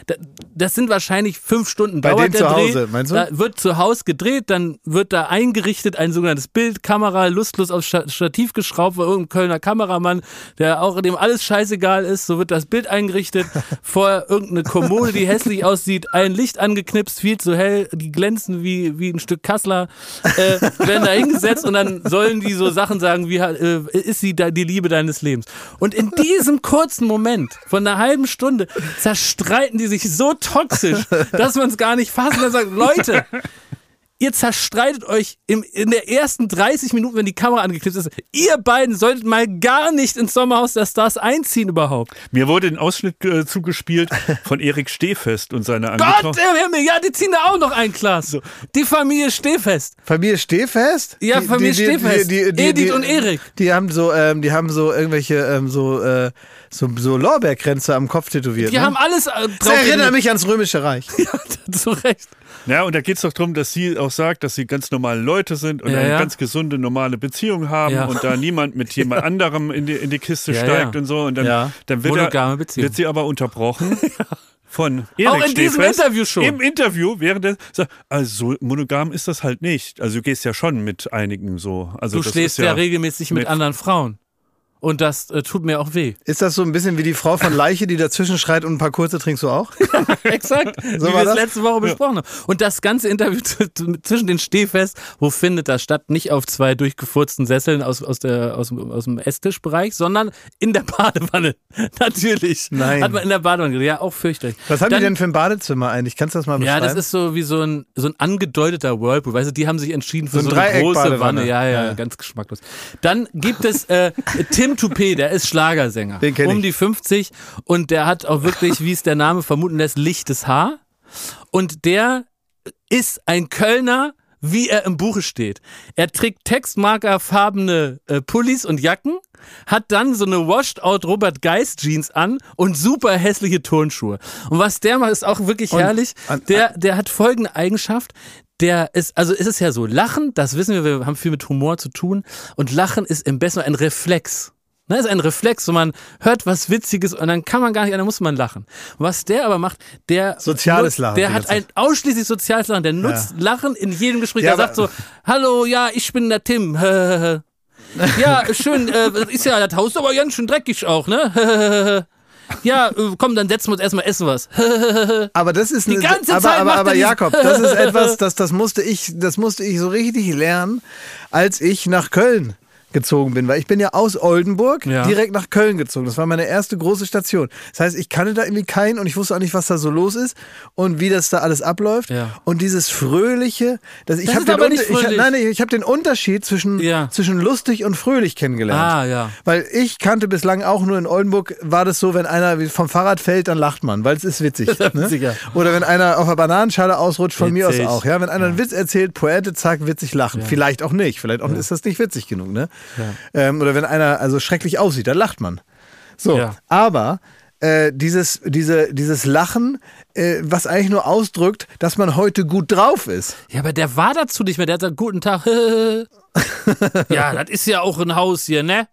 das sind wahrscheinlich fünf Stunden
Bei
dauert
denen
der
zu
Dreh.
Hause, meinst du?
Da wird zu Hause gedreht, dann wird da eingerichtet ein sogenanntes Bild, Kamera, lustlos aufs Stativ geschraubt, weil irgendein Kölner Kameramann, der auch dem alles scheißegal ist, so wird das Bild eingerichtet, vor irgendeine Kommode, die hässlich aussieht, ein Licht angeknipst, viel zu hell, die glänzen wie, wie ein Stück Kassler, äh, werden da hingesetzt und dann sollen die so Sachen sagen wie, äh, ist sie da die Liebe deines Lebens? Und in diesem kurzen Moment von einer halben Stunde zerstreiten die sich so toxisch, dass man es gar nicht fassen kann. Sagt, Leute, ihr zerstreitet euch im, in der ersten dreißig Minuten, wenn die Kamera angeknipst ist. Ihr beiden solltet mal gar nicht ins Sommerhaus der Stars einziehen überhaupt.
Mir wurde ein Ausschnitt äh, zugespielt von Erik Stehfest und seiner
Gott im Himmel, ja, die ziehen da auch noch ein, Klaas. So. Die Familie Stehfest.
Familie Stehfest?
Ja,
die,
Familie
die, die,
Stehfest.
Die, die, die,
Edith
die,
und Erik.
Die haben so, ähm, die haben so irgendwelche ähm, so, äh, so, so Lorbeerkränze am Kopf tätowiert.
Die
ne?
haben alles äh, drauf.
Das erinnert mich ans Römische Reich.
Ja, zu Recht.
Ja, und da geht es doch darum, dass sie auch sagt, dass sie ganz normale Leute sind und
Ja,
eine
ja.
ganz gesunde, normale Beziehung haben
Ja.
und da niemand mit jemand anderem in die, in die Kiste
Ja,
steigt
ja.
und so. Und dann,
Ja.
dann wird,
Monogame
er,
Beziehung.
wird sie aber unterbrochen von Erik
Auch in diesem
Stehfest.
Interview schon.
Im Interview, während er sagt, also so monogam ist das halt nicht. Also du gehst ja schon mit einigen so. Also
Du
das
schläfst
ist
ja,
ja
regelmäßig mit,
mit-
anderen Frauen. und das äh, tut mir auch weh.
Ist das so ein bisschen wie die Frau von Leiche, die dazwischen schreit und ein paar kurze trinkst du auch?
Exakt, so wie wir es letzte Woche besprochen haben. Und das ganze Interview zwischen den Stehfest, wo findet das statt? Nicht auf zwei durchgefurzten Sesseln aus, aus, der, aus, aus dem Esstischbereich, sondern in der Badewanne. Natürlich.
Nein.
Hat man in der Badewanne gesagt. Ja, auch fürchterlich.
Was haben
Dann,
die denn für ein Badezimmer eigentlich? Kannst du das mal beschreiben?
Ja, das ist so wie so ein, so ein angedeuteter Whirlpool. Weißt du, die haben sich entschieden für
so,
so,
ein
eine große Wanne. Ja, ja,
ja,
ganz geschmacklos. Dann gibt es äh, Tim Toupé, der ist Schlagersänger.
Den kenn ich.
Um die fünfzig und der hat auch wirklich, wie es der Name vermuten lässt, lichtes Haar. Und der ist ein Kölner, wie er im Buche steht. Er trägt textmarkerfarbene äh, Pullis und Jacken, hat dann so eine Washed-out Robert Geist Jeans an und super hässliche Turnschuhe. Und was der macht, ist auch wirklich
und,
herrlich.
An, an,
der, der hat folgende Eigenschaft. Der ist, also ist es ja so, Lachen, das wissen wir, wir haben viel mit Humor zu tun. Und Lachen ist im besten Fall ein Reflex. Ne, ist ein Reflex, wo man hört was Witziges und dann kann man gar nicht, dann muss man lachen. Was der aber macht, der
soziales Lachen.
Der hat ein ausschließlich soziales Lachen. Der nutzt ja. Lachen in jedem Gespräch.
Ja,
der sagt so, hallo, ja, ich bin der Tim. Ja, schön, äh, ist ja das Haus aber ganz schön dreckig auch, ne? Ja, komm, dann setzen wir uns erstmal essen was.
Aber das ist
die
eine,
ganze
aber,
Zeit
aber, aber
diesen
Jakob, das ist etwas, das, das musste ich, das musste ich so richtig lernen, als ich nach Köln gezogen bin, weil ich bin ja aus Oldenburg
ja.
direkt nach Köln gezogen. Das war meine erste große Station. Das heißt, ich kannte da irgendwie keinen und ich wusste auch nicht, was da so los ist und wie das da alles abläuft.
Ja.
Und dieses Fröhliche, das, ich
das
habe den,
aber nicht
ich, nein, ich habe den Unterschied zwischen,
ja.
zwischen lustig und fröhlich kennengelernt.
Ah, ja.
Weil ich kannte bislang auch nur in Oldenburg, war das so, wenn einer vom Fahrrad fällt, dann lacht man, weil es ist witzig.
Das ist
ne?
witzig ja.
Oder wenn einer auf der Bananenschale ausrutscht, von
witzig.
mir aus auch. Ja? Wenn einer ja. einen Witz erzählt, Poete, zack, witzig lachen.
Ja.
Vielleicht auch nicht. Vielleicht auch
ja.
ist das nicht witzig genug. Ne?
Ja.
Ähm, oder wenn einer also schrecklich aussieht, dann lacht man. So,
ja.
aber äh, dieses, diese, dieses Lachen, äh, was eigentlich nur ausdrückt, dass man heute gut drauf ist.
Ja, aber der war dazu nicht mehr. Der hat gesagt, guten Tag. Ja, das ist ja auch ein Haus hier, ne?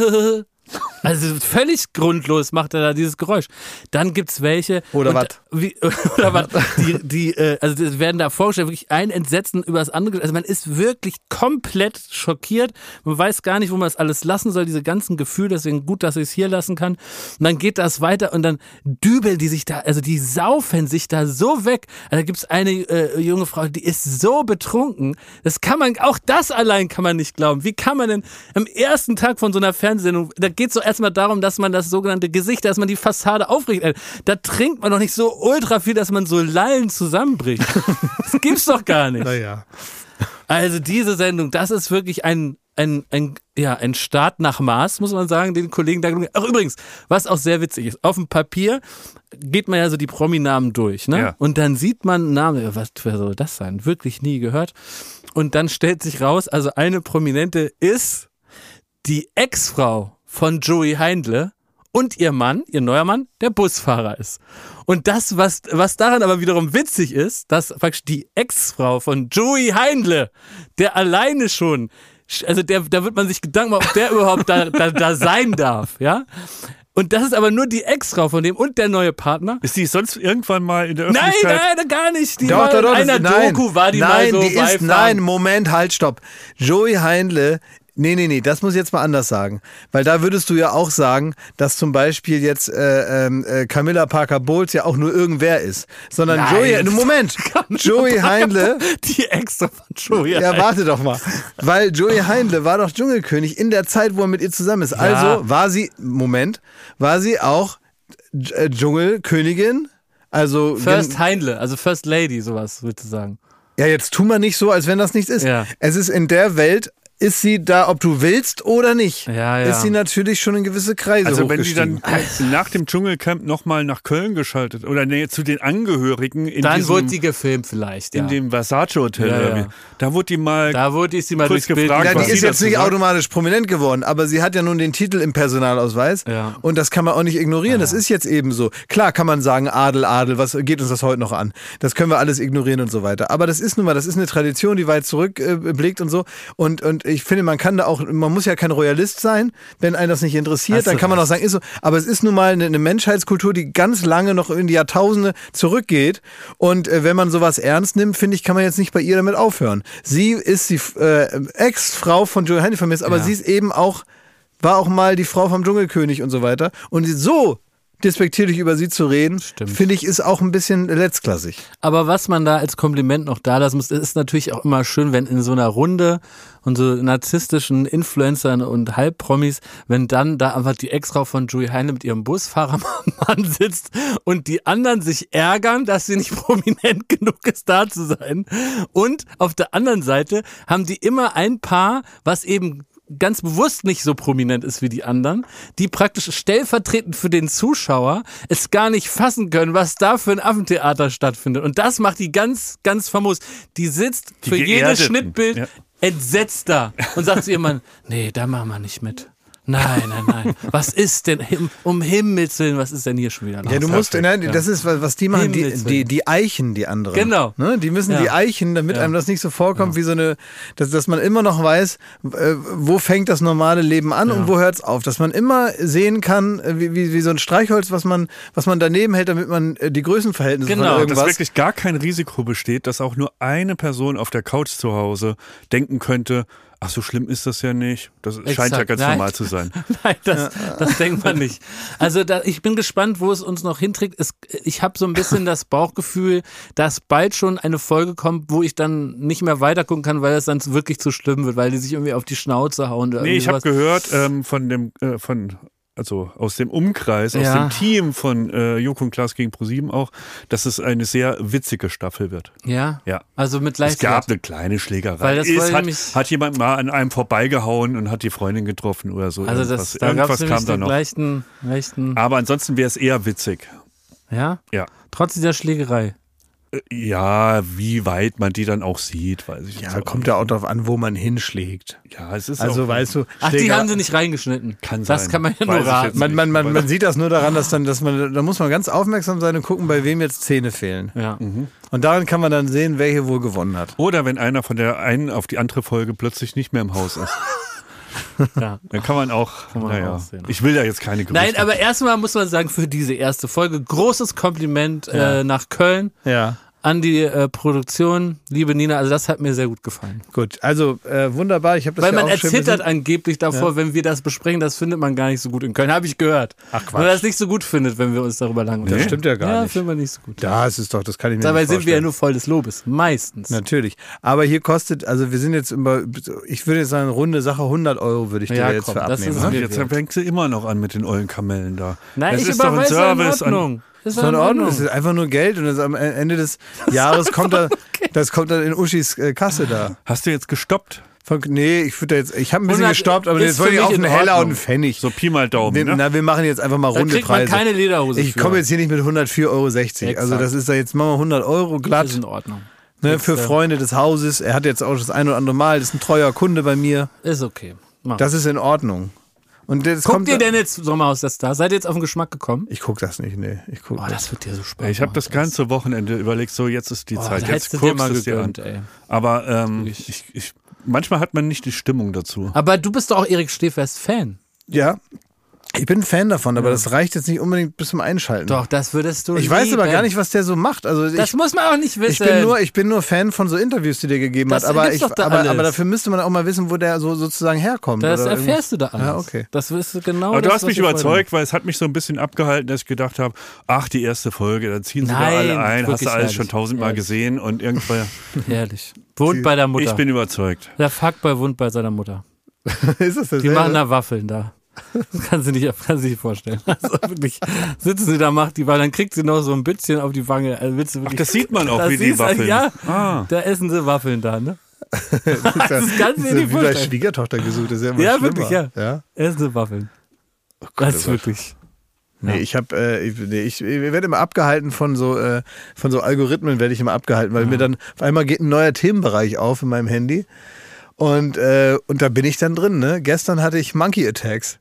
Also völlig grundlos macht er da dieses Geräusch. Dann gibt's welche.
Oder was?
Oder was? Die, die, äh, also die werden da vorgestellt, wirklich ein Entsetzen über das andere. Also man ist wirklich komplett schockiert. Man weiß gar nicht, wo man das alles lassen soll, diese ganzen Gefühle. Deswegen gut, dass ich es hier lassen kann. Und dann geht das weiter und dann dübeln die sich da, also die saufen sich da so weg. Also da gibt's eine äh, junge Frau, die ist so betrunken. Das kann man, auch das allein kann man nicht glauben. Wie kann man denn am ersten Tag von so einer Fernsehsendung, da geht es doch erstmal darum, dass man das sogenannte Gesicht, dass man die Fassade aufrichtet. Da trinkt man doch nicht so ultra viel, dass man so lallend zusammenbricht. Das gibt's doch gar nicht.
Naja.
Also diese Sendung, das ist wirklich ein, ein, ein, ja, ein Start nach Maß, muss man sagen, den Kollegen da gelungen. Ach übrigens, was auch sehr witzig ist, auf dem Papier geht man ja so die Prominamen durch, ne?
Ja.
Und dann sieht man einen Namen, was wer soll das sein? Wirklich nie gehört. Und dann stellt sich raus, also eine Prominente ist die Ex-Frau von Joey Heindle und ihr Mann, ihr neuer Mann, der Busfahrer ist. Und das, was, was daran aber wiederum witzig ist, dass praktisch die Ex-Frau von Joey Heindle, der alleine schon, also der, da wird man sich Gedanken machen, ob der überhaupt da, da, da sein darf, ja? Und das ist aber nur die Ex-Frau von dem und der neue Partner.
Ist die sonst irgendwann mal in der
Nein,
Öffentlichkeit?
nein, gar nicht. Die
Doch,
war
doch, doch,
in einer
das- nein.
Doku war die
nein,
mal so
die ist,
Beifang.
Nein, Moment, halt, stopp. Joey Heindle, nee, nee, nee, das muss ich jetzt mal anders sagen. Weil da würdest du ja auch sagen, dass zum Beispiel jetzt äh, äh, Camilla Parker Bowles ja auch nur irgendwer ist. Sondern
Nein.
Joey, Moment, Joey Heindle,
Die Ex-Frau von Joey
ja,
Heindle.
warte doch mal. Weil Joey Heindle war doch Dschungelkönig in der Zeit, wo er mit ihr zusammen ist. Also war sie, Moment, war sie auch äh, Dschungelkönigin? Also
First Heindle, also First Lady, sowas, würdest du sagen.
ja, jetzt tu mal nicht so, als wenn das nichts ist.
Ja.
Es ist in der Welt, ist sie da, ob du willst oder nicht,
Ja, ja.
ist sie natürlich schon in gewisse Kreise
Also wenn die dann
hochgestiegen.
nach dem Dschungelcamp nochmal nach Köln geschaltet oder nee, zu den Angehörigen in
Dann
diesem,
wurde die gefilmt vielleicht, ja.
in dem Versace Hotel.
Ja,
oder
ja.
wie. Da wurde die mal
Da wurde ich sie mal
kurz
durchs Bild.
gefragt,
Ja,
was
die ist
sie
jetzt
dazu
nicht
sagt.
automatisch prominent geworden, aber sie hat ja nun den Titel im Personalausweis
Ja.
und das kann man auch nicht ignorieren. Das ist jetzt eben so. Klar kann man sagen, Adel, Adel, was geht uns das heute noch an? Das können wir alles ignorieren und so weiter. Aber das ist nun mal, das ist eine Tradition, die weit zurückblickt äh, und so. Und, und ich finde, man kann da auch, man muss ja kein Royalist sein, wenn einen das nicht interessiert,
Hast
dann
du
kann man auch
recht.
sagen, ist so. Aber es ist nun mal eine, eine Menschheitskultur, die ganz lange noch in die Jahrtausende zurückgeht. Und äh, wenn man sowas ernst nimmt, finde ich, kann man jetzt nicht bei ihr damit aufhören. Sie ist die äh, Ex-Frau von Joey Heindle vermisst, aber
Ja.
sie ist eben auch war auch mal die Frau vom Dschungelkönig und so weiter. Und so despektierlich über sie zu reden, finde ich, ist auch ein bisschen letztklassig.
Aber was man da als Kompliment noch da lassen muss, ist natürlich auch immer schön, wenn in so einer Runde und so narzisstischen Influencern und Halbpromis, wenn dann da einfach die Ex-Frau von Joey Heine mit ihrem Busfahrermann sitzt und die anderen sich ärgern, dass sie nicht prominent genug ist, da zu sein. Und auf der anderen Seite haben die immer ein Paar, was eben ganz bewusst nicht so prominent ist wie die anderen, die praktisch stellvertretend für den Zuschauer es gar nicht fassen können, was da für ein Affentheater stattfindet. Und das macht die ganz, ganz famos. Die sitzt
die
für jedes Schnittbild
ja.
entsetzt da und sagt zu ihrem Mann, nee, da machen wir nicht mit. Nein, nein, nein. Was ist denn, um Himmels Willen, was ist denn hier schon wieder los?
Ja, du musst, nein, das ist, was die machen, die, die, die eichen die anderen.
Genau.
Ne? Die müssen ja. die eichen, damit ja. einem das nicht so vorkommt, ja. wie so eine, dass, dass man immer noch weiß, wo fängt das normale Leben an ja. und wo hört es auf. Dass man immer sehen kann, wie, wie, wie so ein Streichholz, was man, was man daneben hält, damit man die Größenverhältnisse
genau.
von irgendwas...
Dass wirklich gar kein Risiko besteht, dass auch nur eine Person auf der Couch zu Hause denken könnte, ach, so schlimm ist das ja nicht. Das Exakt. scheint ja ganz Nein. normal zu sein.
Nein, das, das denkt man nicht. Also da, ich bin gespannt, wo es uns noch hinträgt. Es, ich habe so ein bisschen das Bauchgefühl, dass bald schon eine Folge kommt, wo ich dann nicht mehr weitergucken kann, weil es dann wirklich zu schlimm wird, weil die sich irgendwie auf die Schnauze hauen. Oder
nee, ich habe gehört ähm, von dem, äh, von also aus dem Umkreis, aus ja. dem Team von äh, Joko und Klaas gegen ProSieben auch, dass es eine sehr witzige Staffel wird.
Ja?
Ja.
Also mit leicht.
Es gab eine kleine Schlägerei.
Weil das
es hat,
mich
hat jemand mal an einem vorbeigehauen und hat die Freundin getroffen oder so.
Also
irgendwas
das, da
irgendwas
gab's
kam da noch.
Leichten, leichten
Aber ansonsten wäre es eher witzig.
Ja?
Ja.
Trotz dieser Schlägerei.
Ja, wie weit man die dann auch sieht, weiß ich
ja,
jetzt
kommt ja auch darauf an, wo man hinschlägt.
Ja, es ist
also,
auch,
weißt du,
ach, die haben sie nicht reingeschnitten.
Kann sein.
Das kann man ja nur raten.
Man, man, man, man sieht das nur daran, dass dann, dass man, da muss man ganz aufmerksam sein und gucken, bei wem jetzt Zähne fehlen.
Ja.
Mhm.
Und daran kann man dann sehen, wer hier wohl gewonnen hat.
Oder wenn einer von der einen auf die andere Folge plötzlich nicht mehr im Haus ist. Ja. Dann kann man auch, kann man naja, ich will da jetzt keine Gerüchte.
Nein, aber erstmal muss man sagen, für diese erste Folge großes Kompliment ja. äh, nach Köln.
Ja.
An die äh, Produktion, liebe Nina, also das hat mir sehr gut gefallen.
Gut, also äh, wunderbar. Ich habe das
Weil
ja
man
auch
erzittert angeblich davor, ja. wenn wir das besprechen, das findet man gar nicht so gut in Köln, habe ich gehört.
Ach Quatsch.
Weil man das nicht so gut findet, wenn wir uns darüber lang
unterhalten. Das stimmt ja gar
ja,
nicht.
Ja, findet man nicht so gut.
Das ist doch, das kann ich mir
Dabei
nicht vorstellen.
sind wir ja nur voll des Lobes, meistens.
Natürlich. Aber hier kostet, also wir sind jetzt immer, ich würde jetzt sagen, runde Sache, hundert Euro würde ich dir
ja,
jetzt
komm,
für abnehmen.
Das ist jetzt fängst du immer noch an mit den ollen Kamellen da.
Nein,
das
ich
ist doch ein Service
in Ordnung.
An
Das ist in Ordnung. Das ist einfach nur Geld und das am Ende des Jahres kommt da, okay. das kommt dann in Uschis Kasse da.
Hast du jetzt gestoppt?
Von, nee, ich würde jetzt, ich habe ein bisschen gestoppt, aber jetzt wollte ich auf einen Heller und einen Pfennig.
So Pi mal Daumen.
Wir,
ne?
Na, wir machen jetzt einfach mal
da
runde
kriegt man
Preise.
Keine Lederhose.
Ich komme jetzt hier nicht mit hundertvier Euro sechzig.
Exakt.
Also das ist da jetzt machen wir hundert Euro glatt.
Das ist in Ordnung.
Ne,
jetzt,
für Freunde des Hauses. Er hat jetzt auch das ein oder andere Mal. Das ist ein treuer Kunde bei mir.
Ist okay. Mach.
Das ist in Ordnung. Und das
Guckt
kommt
ihr denn jetzt Sommerhaus der Stars? Seid ihr jetzt auf den Geschmack gekommen?
Ich guck das nicht, nee. Ich guck
oh,
das.
das wird dir so spannend.
Ich habe das ganze Wochenende überlegt, so jetzt ist die
oh,
Zeit. Jetzt
du
guckst
dir mal
es dir an.
gegönnt, ey.
Aber ähm, ich, ich, manchmal hat man nicht die Stimmung dazu.
Aber du bist doch auch Erik Stehfest Fan.
Ja. Ich bin ein Fan davon, aber ja. das reicht jetzt nicht unbedingt bis zum Einschalten.
Doch, das würdest du
Ich
lieben.
weiß aber gar nicht, was der so macht. Also
das
ich,
muss man auch nicht wissen.
Ich bin nur, ich bin nur Fan von so Interviews, die der gegeben
das
hat. Aber, ich,
doch da
aber,
alles.
aber dafür müsste man auch mal wissen, wo der so sozusagen herkommt.
Das
oder
erfährst du da alles.
Ja, okay.
Das wirst du genau.
Aber
das,
du hast mich überzeugt, weil es hat mich so ein bisschen abgehalten, dass ich gedacht habe, ach, die erste Folge, da ziehen sie
Nein,
da alle ein, hast du alles
herrlich.
schon tausendmal
Herrlich.
gesehen und irgendwann.
Herrlich. Wohnt bei der Mutter.
Ich bin überzeugt.
Der Fuckboy wohnt bei seiner Mutter.
Ist das das?
Die machen da Waffeln da. Das kannst du nicht, kannst du nicht vorstellen. Also wirklich, sitzen sie da, macht die Waffeln, dann kriegt sie noch so ein bisschen auf die Wange. Also willst du wirklich,
ach, das sieht man auch,
das
wie die Waffeln.
Ja,
ah.
da essen sie Waffeln da, ne?
das ist, das
das kannst du dir nicht
wie bei
vorstellen.
Schwiegertochter gesucht. Das ist ja immer
ja,
schlimmer.
wirklich, ja.
ja.
Essen sie Waffeln.
Oh Gott,
das ist wirklich.
Nee,
ja.
ich habe, äh, ich, nee, ich, ich werde immer abgehalten von so, äh, von so Algorithmen werde ich immer abgehalten, weil ja. mir dann auf einmal geht ein neuer Themenbereich auf in meinem Handy und äh, und da bin ich dann drin. Ne? Gestern hatte ich Monkey Attacks.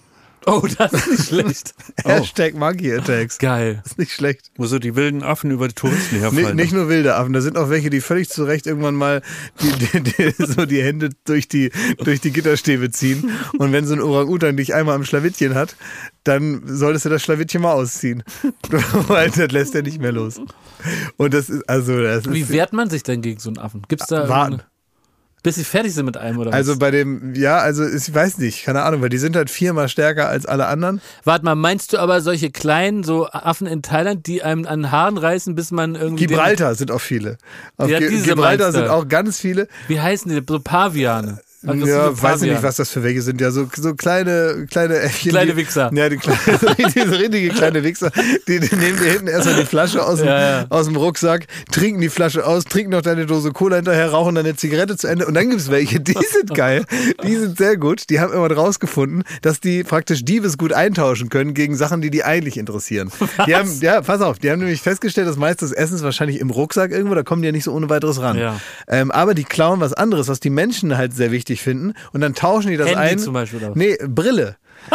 Oh, das ist nicht schlecht.
Hashtag Monkey Attacks.
Geil.
Das ist nicht schlecht.
Wo so die wilden Affen über die Touristen herfallen.
Nee, nicht nur wilde Affen, da sind auch welche, die völlig zu Recht irgendwann mal die, die, die, so die Hände durch die, durch die Gitterstäbe ziehen. Und wenn so ein Orang-Utan dich einmal am Schlawittchen hat, dann solltest du das Schlawittchen mal ausziehen. Weil das lässt er nicht mehr los. Und das ist, also, das ist.
Wie wehrt man sich denn gegen so einen Affen? Gibt's da.
Warten.
Bis sie fertig sind mit einem, oder was?
Also bei dem, ja, also ich weiß nicht, keine Ahnung, weil die sind halt viermal stärker als alle anderen.
Warte mal, meinst du aber solche kleinen, so Affen in Thailand, die einem an den Haaren reißen, bis man irgendwie...
Gibraltar sind auch viele. Auf
Ja,
Ge-
diese
Gibraltar
meinst du.
sind auch ganz viele.
Wie heißen die? So Paviane. Also das
Ja,
sind so
weiß ich nicht,
Paviane.
was das für welche sind. Ja, so, so kleine, kleine Äffchen.
Kleine
die,
Wichser.
Ja, die kleine, diese richtige kleine Wichser. Die, die nehmen dir hinten erstmal die Flasche aus dem,
Ja, ja.
aus dem Rucksack, trinken die Flasche aus, trinken noch deine Dose Cola hinterher, rauchen deine Zigarette zu Ende. Und dann gibt es welche, die sind geil. Die sind sehr gut. Die haben immer rausgefunden, dass die praktisch Diebesgut eintauschen können gegen Sachen, die die eigentlich interessieren. Die haben, ja, pass auf, die haben nämlich festgestellt, dass meist das Essen ist wahrscheinlich im Rucksack irgendwo, da kommen die ja nicht so ohne weiteres ran.
Ja.
Ähm, aber die klauen was anderes, was die Menschen halt sehr wichtig finden. Und dann tauschen die das
Handy
ein.
zum Beispiel, oder was?
Nee, Brille.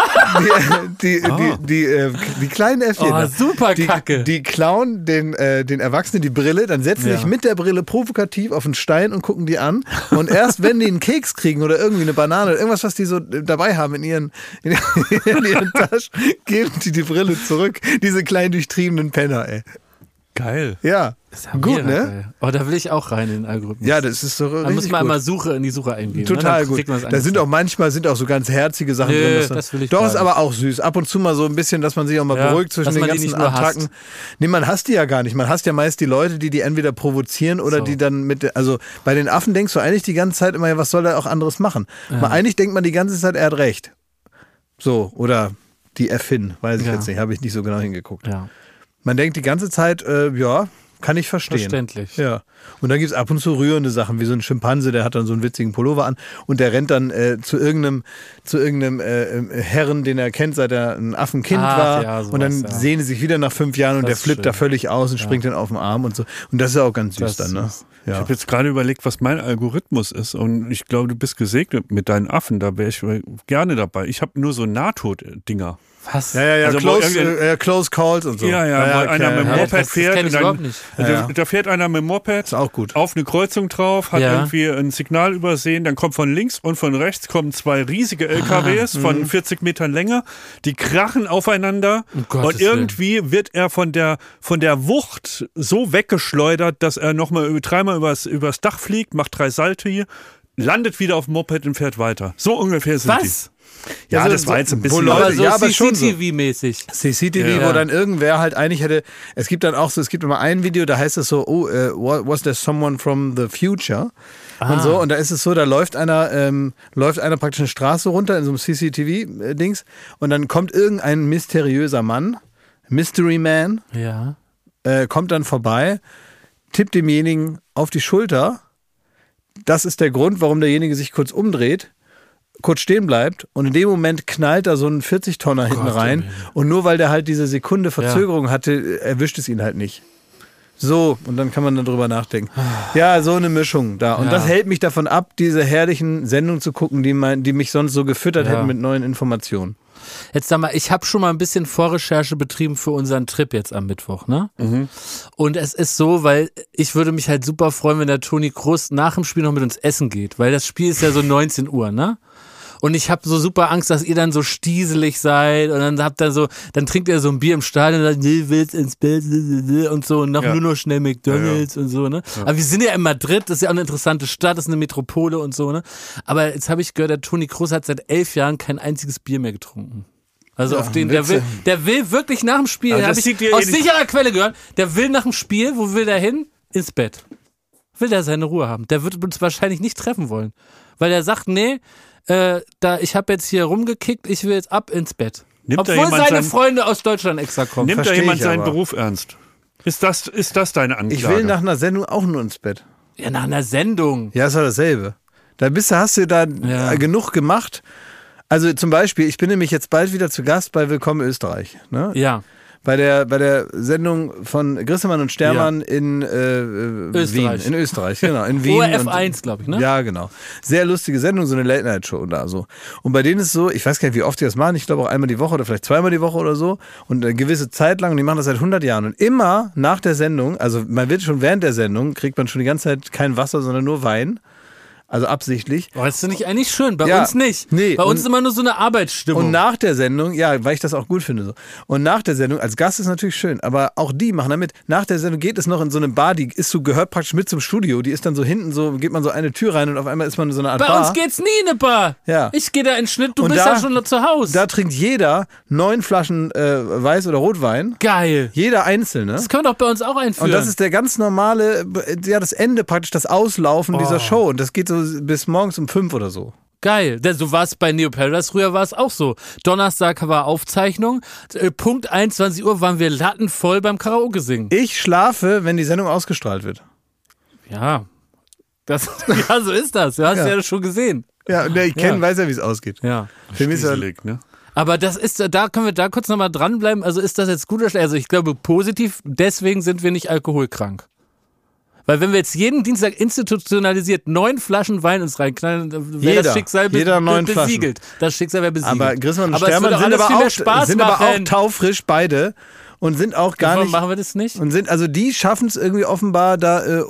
die, die,
Oh.
die, die, äh, die kleinen Äffchen.
Oh, super
die,
Kacke.
Die klauen den, äh, den Erwachsenen die Brille, dann setzen
Ja.
sich mit der Brille provokativ auf einen Stein und gucken die an. Und erst wenn die einen Keks kriegen oder irgendwie eine Banane oder irgendwas, was die so dabei haben in ihren, in ihren Taschen, geben die die Brille zurück. Diese kleinen durchtriebenen Penner, ey.
Geil.
Ja,
Das ist
gut,
mega
ne?
geil. Oh, da will ich auch rein in den Algorithmus.
Ja, das ist so
Da
richtig
muss man
gut.
einmal Suche in die Suche eingeben.
Total
ne? Dann
gut.
kriegt man das
Da sind auch
angezeigt.
manchmal sind auch so ganz herzige Sachen
Nö,
drin. dass-
das will ich
Doch,
gar
ist
nicht.
aber auch süß. Ab und zu mal so ein bisschen, dass man sich auch mal
Ja,
beruhigt zwischen
dass
den
man die
ganzen
nicht nur hasst.
Attacken. Nee, man hasst die ja gar nicht. Man hasst ja meist die Leute, die die entweder provozieren oder
So.
die dann mit, der- also bei den Affen denkst du eigentlich die ganze Zeit immer, ja, was soll er auch anderes machen? Mal eigentlich denkt man die ganze Zeit, er hat recht. So, oder die Äffin, weiß ich
Ja.
jetzt nicht, habe ich nicht so genau hingeguckt.
Ja,
Man denkt die ganze Zeit, äh, ja, kann ich verstehen.
verständlich.
Ja. Und dann gibt es ab und zu rührende Sachen, wie so ein Schimpanse, der hat dann so einen witzigen Pullover an und der rennt dann äh, zu irgendeinem, zu irgendeinem äh, äh, Herren, den er kennt, seit er ein Affenkind
Ach,
war.
ja, sowas,
und dann
ja.
sehen sie sich wieder nach fünf Jahren und
Das
der
ist
flippt
schön.
da völlig aus und
Ja.
springt dann auf den Arm und so. Und das ist ja auch ganz süß
Das ist
dann, ne?
süß.
Ich
Ja.
habe jetzt gerade überlegt, was mein Algorithmus ist und ich glaube, du bist gesegnet mit deinen Affen, da wäre ich gerne dabei. Ich habe nur so Nahtod-Dinger.
Was?
Ja, ja, ja,
Also, wo
close,
irgendein-
äh, close Calls und so.
Ja, ja, wo einer mit dem
Ja,
Moped
das- das
fährt.
kenn ich
und
überhaupt nicht.
Da,
Ja.
da fährt einer mit dem Moped
Ist auch gut.
auf eine Kreuzung drauf, hat
Ja.
irgendwie ein Signal übersehen, dann kommt von links und von rechts kommen zwei riesige L K Ws von vierzig Metern Länge, die krachen aufeinander
Um Gottes
und irgendwie wird er von der, von der Wucht so weggeschleudert, dass er nochmal dreimal übers, übers Dach fliegt, macht drei Salti, landet wieder auf dem Moped und fährt weiter. So ungefähr sind die.
Was?
Ja,
Also,
das war jetzt ein
wo
bisschen...
Leute-
Aber so
ja, aber schon so.
C C T V-mäßig.
C C T V,
Ja.
wo dann irgendwer halt eigentlich hätte, es gibt dann auch so, es gibt immer ein Video, da heißt es so, oh, äh, was there someone from the future? Und so, und da ist es so, da läuft einer, ähm, läuft einer praktisch eine Straße runter in so einem C C T V-Dings und dann kommt irgendein mysteriöser Mann, Mystery Man,
Ja.
äh, kommt dann vorbei, tippt demjenigen auf die Schulter. Das ist der Grund, warum derjenige sich kurz umdreht, kurz stehen bleibt und in dem Moment knallt da so ein vierzig-Tonner hinten
Gott,
rein.
Junge.
Und nur weil der halt diese Sekunde Verzögerung hatte, erwischt es ihn halt nicht. So, und dann kann man dann drüber nachdenken. Ja, so eine Mischung da. Und
Ja.
das hält mich davon ab, diese herrlichen Sendungen zu gucken, die, mein, die mich sonst so gefüttert
Ja.
hätten mit neuen Informationen.
Jetzt sag mal, ich habe schon mal ein bisschen Vorrecherche betrieben für unseren Trip jetzt am Mittwoch, ne? Und es ist so, weil ich würde mich halt super freuen, wenn der Toni Kroos nach dem Spiel noch mit uns essen geht, weil das Spiel ist ja so neunzehn Uhr, ne? Und ich habe so super Angst, dass ihr dann so stieselig seid und dann habt ihr so, dann trinkt ihr so ein Bier im Stadion und sagt, nee, willst ins Bett und so und noch
Ja.
nur noch schnell McDonalds und so, ne? Aber wir sind ja in Madrid, das ist ja auch eine interessante Stadt, das ist eine Metropole und so, ne? Aber jetzt habe ich gehört, der Toni Kroos hat seit elf Jahren kein einziges Bier mehr getrunken. Also
Ja,
auf den, der
Witze.
will, der will wirklich nach dem Spiel,
Aber
hab
das
ich
liegt dir
aus
eh nicht-
sicherer Quelle gehört, der will nach dem Spiel, wo will der hin? Ins Bett. Will der seine Ruhe haben. Der wird uns wahrscheinlich nicht treffen wollen. Weil der sagt, nee, äh, da, ich habe jetzt hier rumgekickt, ich will jetzt ab ins Bett.
Nimmt da
Obwohl
jemand
seine
sein-
Freunde aus Deutschland extra kommen.
Nimmt da
Versteh
jemand
ich
seinen
aber.
Beruf ernst? Ist das, ist das deine Anklage?
Ich will nach einer Sendung auch nur ins Bett.
Ja, nach einer Sendung.
Ja, ist doch dasselbe. Da bist du, hast du da
Ja.
äh, genug gemacht. Also zum Beispiel, ich bin nämlich jetzt bald wieder zu Gast bei Willkommen Österreich. Ne?
Ja.
Bei der, bei der Sendung von Grissemann und Stermann in äh, äh,
Österreich.
Wien. In Österreich, genau. In Wien.
O R F
und-
eins, glaube ich, ne?
Ja, genau. Sehr lustige Sendung, so eine Late-Night-Show da so. Und bei denen ist es so, ich weiß gar nicht, wie oft die das machen, ich glaube auch einmal die Woche oder vielleicht zweimal die Woche oder so und eine gewisse Zeit lang und die machen das seit hundert Jahren und immer nach der Sendung, also man wird schon während der Sendung, kriegt man schon die ganze Zeit kein Wasser, sondern nur Wein. also absichtlich.
Oh, das finde ich eigentlich schön, bei
Ja,
uns nicht.
nee,
bei uns
und-
ist immer nur so eine Arbeitsstimmung.
Und nach der Sendung, ja, weil ich das auch gut finde so. Und nach der Sendung, als Gast ist natürlich schön, aber auch die machen damit, nach der Sendung geht es noch in so eine Bar, die ist so, gehört praktisch mit zum Studio, die ist dann so hinten so, geht man so eine Tür rein und auf einmal ist man in so einer Art
bei
Bar.
uns geht's nie in eine Bar.
Ja.
Ich gehe da in den Schnitt, du
Und
bist
da-
ja schon zu Hause.
Da trinkt jeder neun Flaschen äh, Weiß- oder Rotwein.
Geil.
Jeder einzelne.
Das können wir doch bei uns auch einführen.
Und das ist der ganz normale, ja, das Ende praktisch, das Auslaufen
Oh.
dieser Show. Und das geht so bis morgens um fünf oder so.
Geil. Denn so war es bei Neo Paradise, früher war es auch so. Donnerstag war Aufzeichnung, äh, Punkt einundzwanzig Uhr waren wir lattenvoll beim Karaoke singen.
Ich schlafe, wenn die Sendung ausgestrahlt wird.
Ja. Das, ja, so ist das. Du hast ja,
Ja.
ja schon gesehen.
Ja, und der ich kenne,
Ja.
weiß ja, wie es ausgeht.
Ja.
Für mich ist ja,
Stieselig, ne?
Aber das ist, da können wir da kurz nochmal dranbleiben. Also ist das jetzt gut oder schlecht? Also ich glaube positiv, deswegen sind wir nicht alkoholkrank. Weil wenn wir jetzt jeden Dienstag institutionalisiert neun Flaschen Wein uns reinknallen, wäre
Jeder.
das Schicksal be
Jeder neun
be besiegelt. Das Schicksal wäre besiegelt.
aber Grissmann und
aber es
Stermann
würde
sind,
alles
aber
viel mehr
auch,
Spaß
sind aber auch
machen.
taufrisch beide und sind auch gar
Warum
nicht.
machen wir das nicht?
Und sind, also die schaffen es irgendwie offenbar da äh,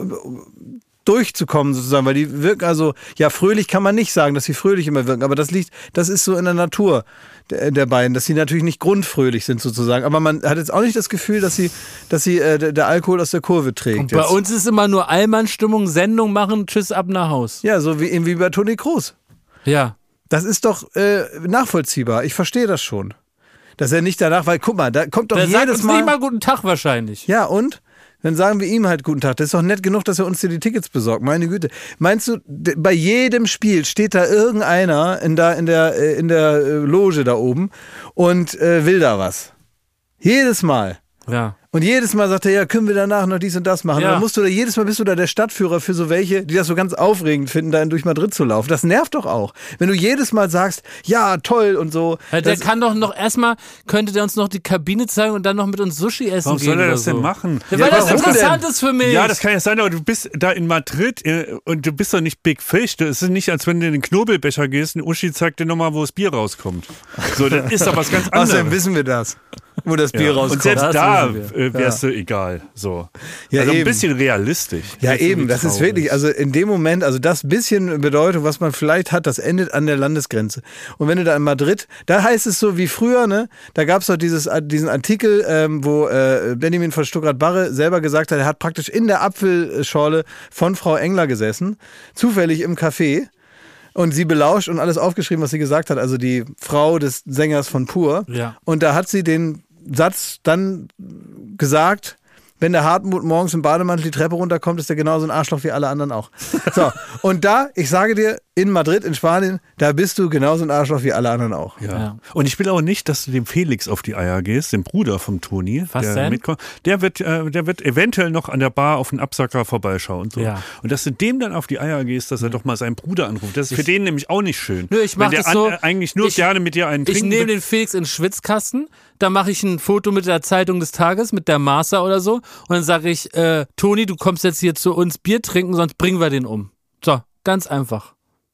durchzukommen sozusagen, weil die wirken also, ja, fröhlich kann man nicht sagen, dass sie fröhlich immer wirken, aber das liegt, das ist so in der Natur der, der beiden, dass sie natürlich nicht grundfröhlich sind sozusagen, aber man hat jetzt auch nicht das Gefühl, dass sie, dass sie äh, der, der Alkohol aus der Kurve trägt.
Und bei
jetzt.
uns ist immer nur Allmannstimmung, Sendung machen, tschüss, ab nach Haus.
Ja, so wie, wie bei Toni Kroos.
Ja.
Das ist doch äh, nachvollziehbar, ich verstehe das schon. Dass er nicht danach, weil guck mal, da kommt doch
Der sagt
jedes
uns
Mal...
nicht mal guten Tag wahrscheinlich.
Ja, und? Dann sagen wir ihm halt guten Tag. Das ist doch nett genug, dass er uns dir die Tickets besorgt. Meine Güte. Meinst du, d- bei jedem Spiel steht da irgendeiner in der, in der, äh, in der äh, Loge da oben und äh, will da was? Jedes Mal.
Ja.
Und jedes Mal sagt er, ja, können wir danach noch dies und das machen.
Ja.
Und dann musst du da, jedes Mal bist du da der Stadtführer für so welche, die das so ganz aufregend finden, da durch Madrid zu laufen. Das nervt doch auch. Wenn du jedes Mal sagst, ja, toll und so.
Ja, der
Das-
kann doch noch erstmal, könnte der uns noch die Kabine zeigen und dann noch mit uns Sushi essen
Warum
gehen.
soll er
oder
das
so.
denn machen?
Ja,
Ja,
weil das
warum
interessant
denn?
ist für mich.
Ja, das kann ja sein, aber du bist da in Madrid äh, und du bist doch nicht Big Fish. Es ist nicht, als wenn du in den Knobelbecher gehst und Uschi zeigt dir nochmal, wo das Bier rauskommt. So, das ist doch was ganz
Außerdem
anderes.
wissen wir das, wo das Bier
Ja.
rauskommt.
Und selbst
Das
da
wissen wir.
äh, wärst du egal. So.
Ja,
also ein
eben.
bisschen realistisch.
Ja,
Nicht so
eben,
wie
das ist
traurig.
wirklich, also in dem Moment, also das bisschen Bedeutung, was man vielleicht hat, das endet an der Landesgrenze. Und wenn du da in Madrid, da heißt es so wie früher, ne, da gab es doch dieses, diesen Artikel, ähm, wo äh, Benjamin von Stuttgart-Barre selber gesagt hat, er hat praktisch in der Apfelschorle von Frau Engler gesessen, zufällig im Café. Und sie belauscht und alles aufgeschrieben, was sie gesagt hat, also die Frau des Sängers von Pur.
Ja.
Und da hat sie den Satz dann gesagt, wenn der Hartmut morgens im Bademantel die Treppe runterkommt, ist er genauso ein Arschloch wie alle anderen auch. So, und da, ich sage dir, in Madrid, in Spanien, da bist du genauso ein Arschloch wie alle anderen auch.
Ja.
Ja.
Und ich will auch nicht, dass du dem Felix auf die Eier gehst, dem Bruder vom Toni.
Was
der
denn?
mitkommt. Der wird, äh, der wird eventuell noch an der Bar auf den Absacker vorbeischauen. So.
Ja.
Und dass du dem dann auf die Eier gehst, dass er doch mal seinen Bruder anruft. Das ist für den nämlich auch nicht schön.
Nö, ich
Wenn
mach
der
das so,
an, äh, eigentlich nur
ich-
gerne mit dir einen
Ich
trinken
nehme
will.
den Felix in den Schwitzkasten, da mache ich ein Foto mit der Zeitung des Tages, mit der Marsa oder so. Und dann sage ich, äh, Toni, du kommst jetzt hier zu uns Bier trinken, sonst bringen wir den um. So, ganz einfach.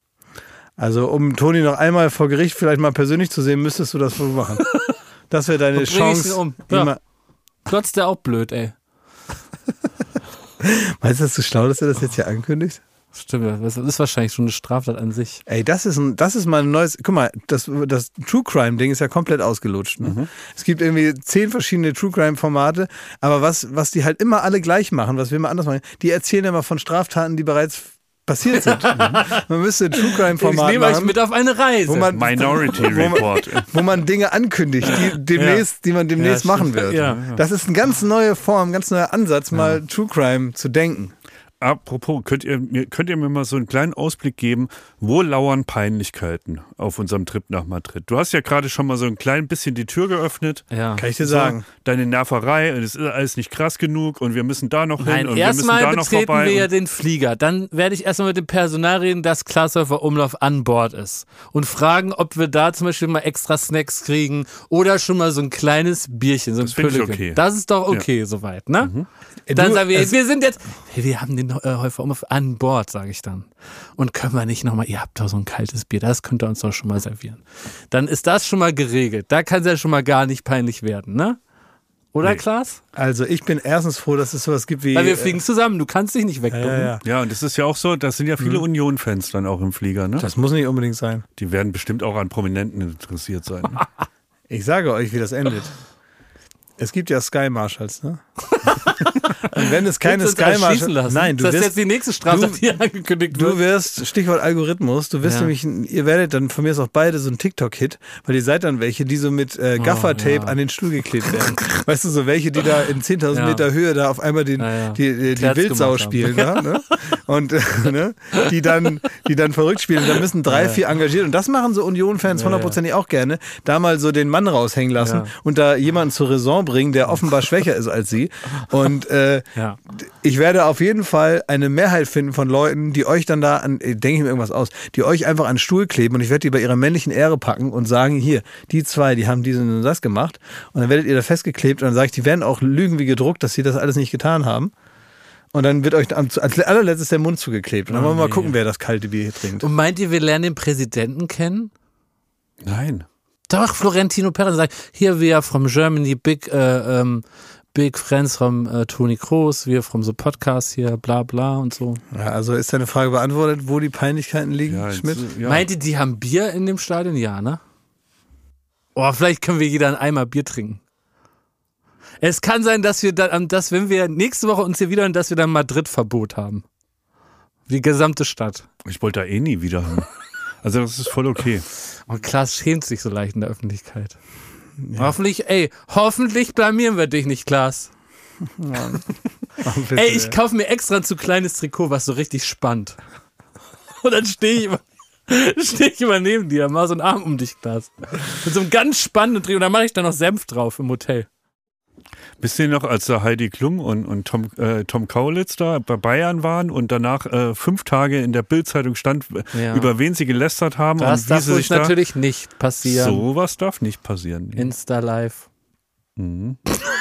Also, um Toni noch einmal vor Gericht vielleicht mal persönlich zu sehen, müsstest du das wohl machen. Das wäre deine
Dann bring ich
Chance.
ihn um.
wie
Ja.
man-
Gott ist der auch blöd, ey.
Meinst du, das ist so schlau, dass er das jetzt hier ankündigt?
Stimmt, das ist wahrscheinlich schon eine Straftat an sich.
Ey, das ist ein, das ist mal ein neues, guck mal, das, das True Crime Ding ist ja komplett ausgelutscht. Ne?
Mhm.
Es gibt irgendwie zehn verschiedene True Crime Formate, aber was, was die halt immer alle gleich machen, was wir immer anders machen, die erzählen immer von Straftaten, die bereits passiert sind. Man müsste ein True Crime
Ich
Format
nehme euch
machen,
mit auf eine Reise.
wo man,
Minority
wo man-
Report.
wo man Dinge ankündigt, die demnächst, die man demnächst
Ja,
machen
stimmt.
wird.
Ja, ja.
Das ist eine ganz neue Form, ganz neuer Ansatz, mal True Crime zu denken.
Apropos, könnt ihr, mir, könnt ihr mir mal so einen kleinen Ausblick geben, wo lauern Peinlichkeiten auf unserem Trip nach Madrid? Du hast ja gerade schon mal so ein klein bisschen die Tür geöffnet.
ja.
Kann ich dir
So,
sagen.
deine Nerverei, es ist alles nicht krass genug und wir müssen da noch hin
Nein,
und wir müssen
erstmal
da noch
betreten
vorbei.
wir ja
und-
den Flieger. Dann werde ich erstmal mit dem Personal reden, dass Glashäufer Umlauf an Bord ist. Und fragen, ob wir da zum Beispiel mal extra Snacks kriegen oder schon mal so ein kleines Bierchen, so ein
Das finde ich
Pülleken.
okay.
Das ist doch okay soweit, ne?
Mhm.
Dann
Du,
sagen wir,
es-
wir sind jetzt, hey, wir haben den äh, Häufer Umlauf an Bord, sage ich dann. Und können wir nicht nochmal, ihr habt doch so ein kaltes Bier, das könnt ihr uns doch schon mal servieren. Dann ist das schon mal geregelt. Da kann es ja schon mal gar nicht peinlich werden, ne? Oder,
Nee.
Klaas?
Also ich bin erstens froh, dass es sowas gibt wie...
Weil wir fliegen zusammen, du kannst dich nicht wegducken.
ja, ja.
Ja, und es ist ja auch so, das sind ja viele Union-Fans dann auch im Flieger, ne?
Das muss nicht unbedingt sein.
Die werden bestimmt auch an Prominenten interessiert sein. Ne?
Ich sage euch, wie das endet. Es gibt ja Sky Marshals, ne? Und wenn es keine
Willst du uns
Sky
erschießen
Marshals...
lassen?
Nein, du
das ist
wirst...
jetzt die nächste Straftat,
du-
die angekündigt
Du
wird.
wirst, Stichwort Algorithmus, du wirst
Ja.
nämlich, ihr werdet dann von mir aus auch beide so ein TikTok-Hit, weil ihr seid dann welche, die so mit äh, Gaffer-Tape
ja.
an den Stuhl geklebt werden. Weißt du, so welche, die da in zehntausend
Ja.
Meter Höhe da auf einmal den,
Ja, ja.
die, die, die
Terz
Wildsau
gemacht
spielen, da, ne? Und äh, ne? die, dann, die dann verrückt spielen. Da müssen drei, vier engagiert. Und das machen so Union-Fans hundertprozentig auch gerne. Da mal so den Mann raushängen lassen
Ja.
und da jemanden zur Raison bringen, der offenbar schwächer ist als sie. Und äh,
Ja.
ich werde auf jeden Fall eine Mehrheit finden von Leuten, die euch dann da, an, äh, denke ich mir irgendwas aus, die euch einfach an den Stuhl kleben und ich werde die bei ihrer männlichen Ehre packen und sagen, hier, die zwei, die haben diesen und das gemacht und dann werdet ihr da festgeklebt und dann sage ich, die werden auch lügen wie gedruckt, dass sie das alles nicht getan haben. Und dann wird euch am- als allerletztes der Mund zugeklebt. Und dann
Oh,
wollen wir mal
nee.
gucken, wer das kalte Bier hier trinkt.
Und meint ihr, wir lernen den Präsidenten kennen?
Nein.
Doch, Florentino Perez sagt, here we are from Germany, big, äh, ähm, big friends from äh, Toni Kroos, wir from the podcast hier, bla bla und so.
Ja, also ist deine Frage beantwortet, wo die Peinlichkeiten liegen,
Ja,
Schmidt?
jetzt, ja.
Meint ihr, die haben Bier in dem Stadion? Ja, ne? Oh, vielleicht können wir jeder einen Eimer Bier trinken. Es kann sein, dass wir dann, dass wenn wir nächste Woche uns hier wieder, dass wir dann Madrid-Verbot haben. Die gesamte Stadt.
Ich wollte da eh nie wieder hin. Also das ist voll okay.
Und Klaas schämt sich so leicht in der Öffentlichkeit. Hoffentlich, ey, hoffentlich blamieren wir dich nicht, Klaas.
Ach, bitte,
Ey, ich kaufe mir extra ein zu kleines Trikot, was so richtig spannt. Und dann stehe ich, immer- steh ich immer neben dir, mal so einen Arm um dich, Klaas. Mit so einem ganz spannenden Trikot. Und dann mache ich da noch Senf drauf im Hotel.
Wisst ihr noch, als da Heidi Klum und, und Tom, äh, Tom Kaulitz da bei Bayern waren und danach äh, fünf Tage in der Bild-Zeitung stand,
Ja.
über wen sie gelästert haben
Das
und wie
darf
sie
uns
sich da...
natürlich nicht passieren.
Sowas darf nicht passieren.
Insta Live.
Mhm.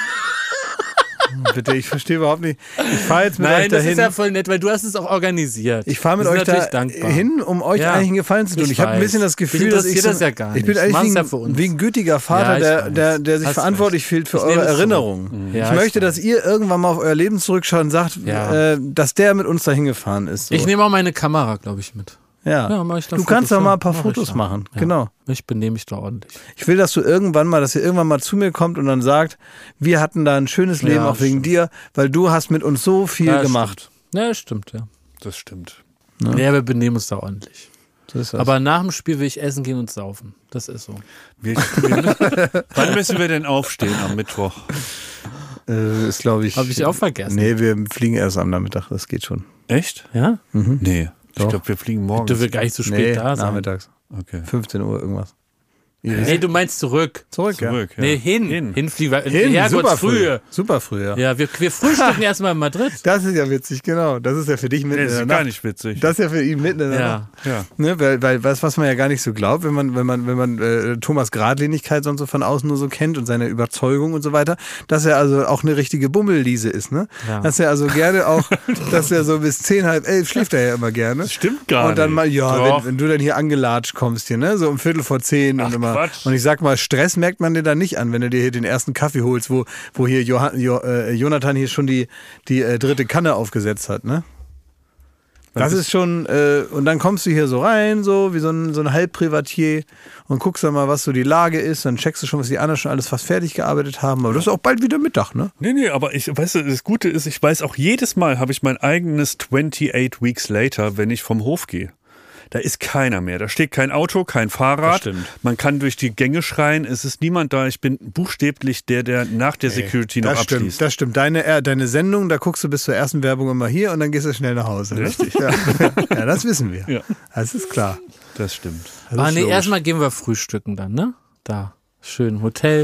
bitte, ich verstehe überhaupt nicht. Ich fahre jetzt mit euch
Nein, das
dahin.
ist ja voll nett, weil du hast es auch organisiert.
Ich fahre mit
Wir
euch
sind
da
natürlich dankbar.
hin, um euch
Ja,
eigentlich einen Gefallen zu tun.
ich
Ich, habe ein
weiß.
bisschen das Gefühl,
Mich
dass ich
interessiert
so,
das ja gar
ich bin
nicht.
eigentlich
Mach's
wie ein,
ja für uns.
wie ein gütiger Vater,
Ja, ich
der,
weiß.
der, der sich
Hast
verantwortlich
recht.
fühlt für
Ich
eure
nehme es zurück.
Erinnerungen.
Ja,
ich
ich
möchte,
weiß.
dass ihr irgendwann mal auf euer Leben zurückschaut und sagt,
Ja.
äh, dass der mit uns dahin gefahren ist. So.
Ich nehme auch meine Kamera, glaube ich, mit.
ja.
Ja, mach ich da
Du
Fotos,
kannst doch
ja.
mal ein paar
Mach ich
Fotos
da.
machen.
Ja.
Genau.
Ich benehme mich da ordentlich.
Ich will, dass du irgendwann mal, dass ihr irgendwann mal zu mir kommt und dann sagt, wir hatten da ein schönes Leben,
Ja,
auch wegen
stimmt.
dir, weil du hast mit uns so viel
Ja,
gemacht.
Stimmt. Ja, stimmt, ja.
Das stimmt.
Ja.
Ja, wir benehmen uns da ordentlich.
So ist das.
Aber nach dem Spiel will ich essen gehen und saufen. Das ist so.
Wir, wir, wann müssen wir denn aufstehen am Mittwoch?
äh, ist, glaube ich.
Habe ich auch vergessen.
Nee, wir fliegen erst am Nachmittag, das geht schon.
Echt?
Ja?
Nee.
Doch.
Ich glaube, wir fliegen morgen.
Du willst gar nicht so spät
nee,
da sein.
nachmittags.
Okay.
fünfzehn Uhr irgendwas.
Nee, du meinst zurück.
Zurück,
Zurück, ja.
Nee, hin.
Hin.
Hinfliegen. wir-
Hin,
Herrgotts
super früh.
frühe.
Super früh, ja.
Ja, wir, wir frühstücken erstmal in Madrid.
Das ist ja witzig, genau. Das ist ja für dich mitten
Nee,
in
das
der
ist gar
Nacht.
nicht witzig.
Das ist ja für ihn mitten in der
Ja.
Nacht.
ja.
Ne, weil, weil was, was man ja gar nicht so glaubt, wenn man, wenn man, wenn man äh, Thomas Gradlinigkeit sonst so von außen nur so kennt und seine Überzeugung und so weiter, dass er also auch eine richtige Bummelliese ist, ne?
Ja.
Dass er also gerne auch, dass er so bis zehn, halb elf schläft er ja immer gerne.
Das stimmt gar
Und dann
nicht.
mal, ja,
Doch.
wenn, wenn du dann hier angelatscht kommst hier, ne, so um Viertel vor zehn
Ach,
und immer.
Quatsch.
Und ich sag mal, Stress merkt man dir dann nicht an, wenn du dir hier den ersten Kaffee holst, wo, wo hier Johann, jo, äh, Jonathan hier schon die, die äh, dritte Kanne aufgesetzt hat, ne? Das ist schon, äh, und dann kommst du hier so rein, so wie so ein, so ein Halbprivatier und guckst dann mal, was so die Lage ist, dann checkst du schon, was die anderen schon alles fast fertig gearbeitet haben, aber das ist auch bald wieder Mittag, ne?
Nee, nee, aber ich, weißt du, das Gute ist, ich weiß auch jedes Mal habe ich mein eigenes twenty-eight Weeks Later, wenn ich vom Hof gehe. Da ist keiner mehr. Da steht kein Auto, kein Fahrrad.
Das stimmt.
Man kann durch die Gänge schreien. Es ist niemand da. Ich bin buchstäblich der, der nach der Security noch
Das
abschließt.
stimmt, das stimmt. Deine, äh, deine Sendung, da guckst du bis zur ersten Werbung immer hier und dann gehst du schnell nach Hause. Ne?
Richtig.
Ja. Ja, das wissen wir.
Ja.
Das ist klar.
Das stimmt.
Das
Ah,
ist
nee,
logisch.
erstmal gehen wir frühstücken dann, ne? Da. Schön Hotel.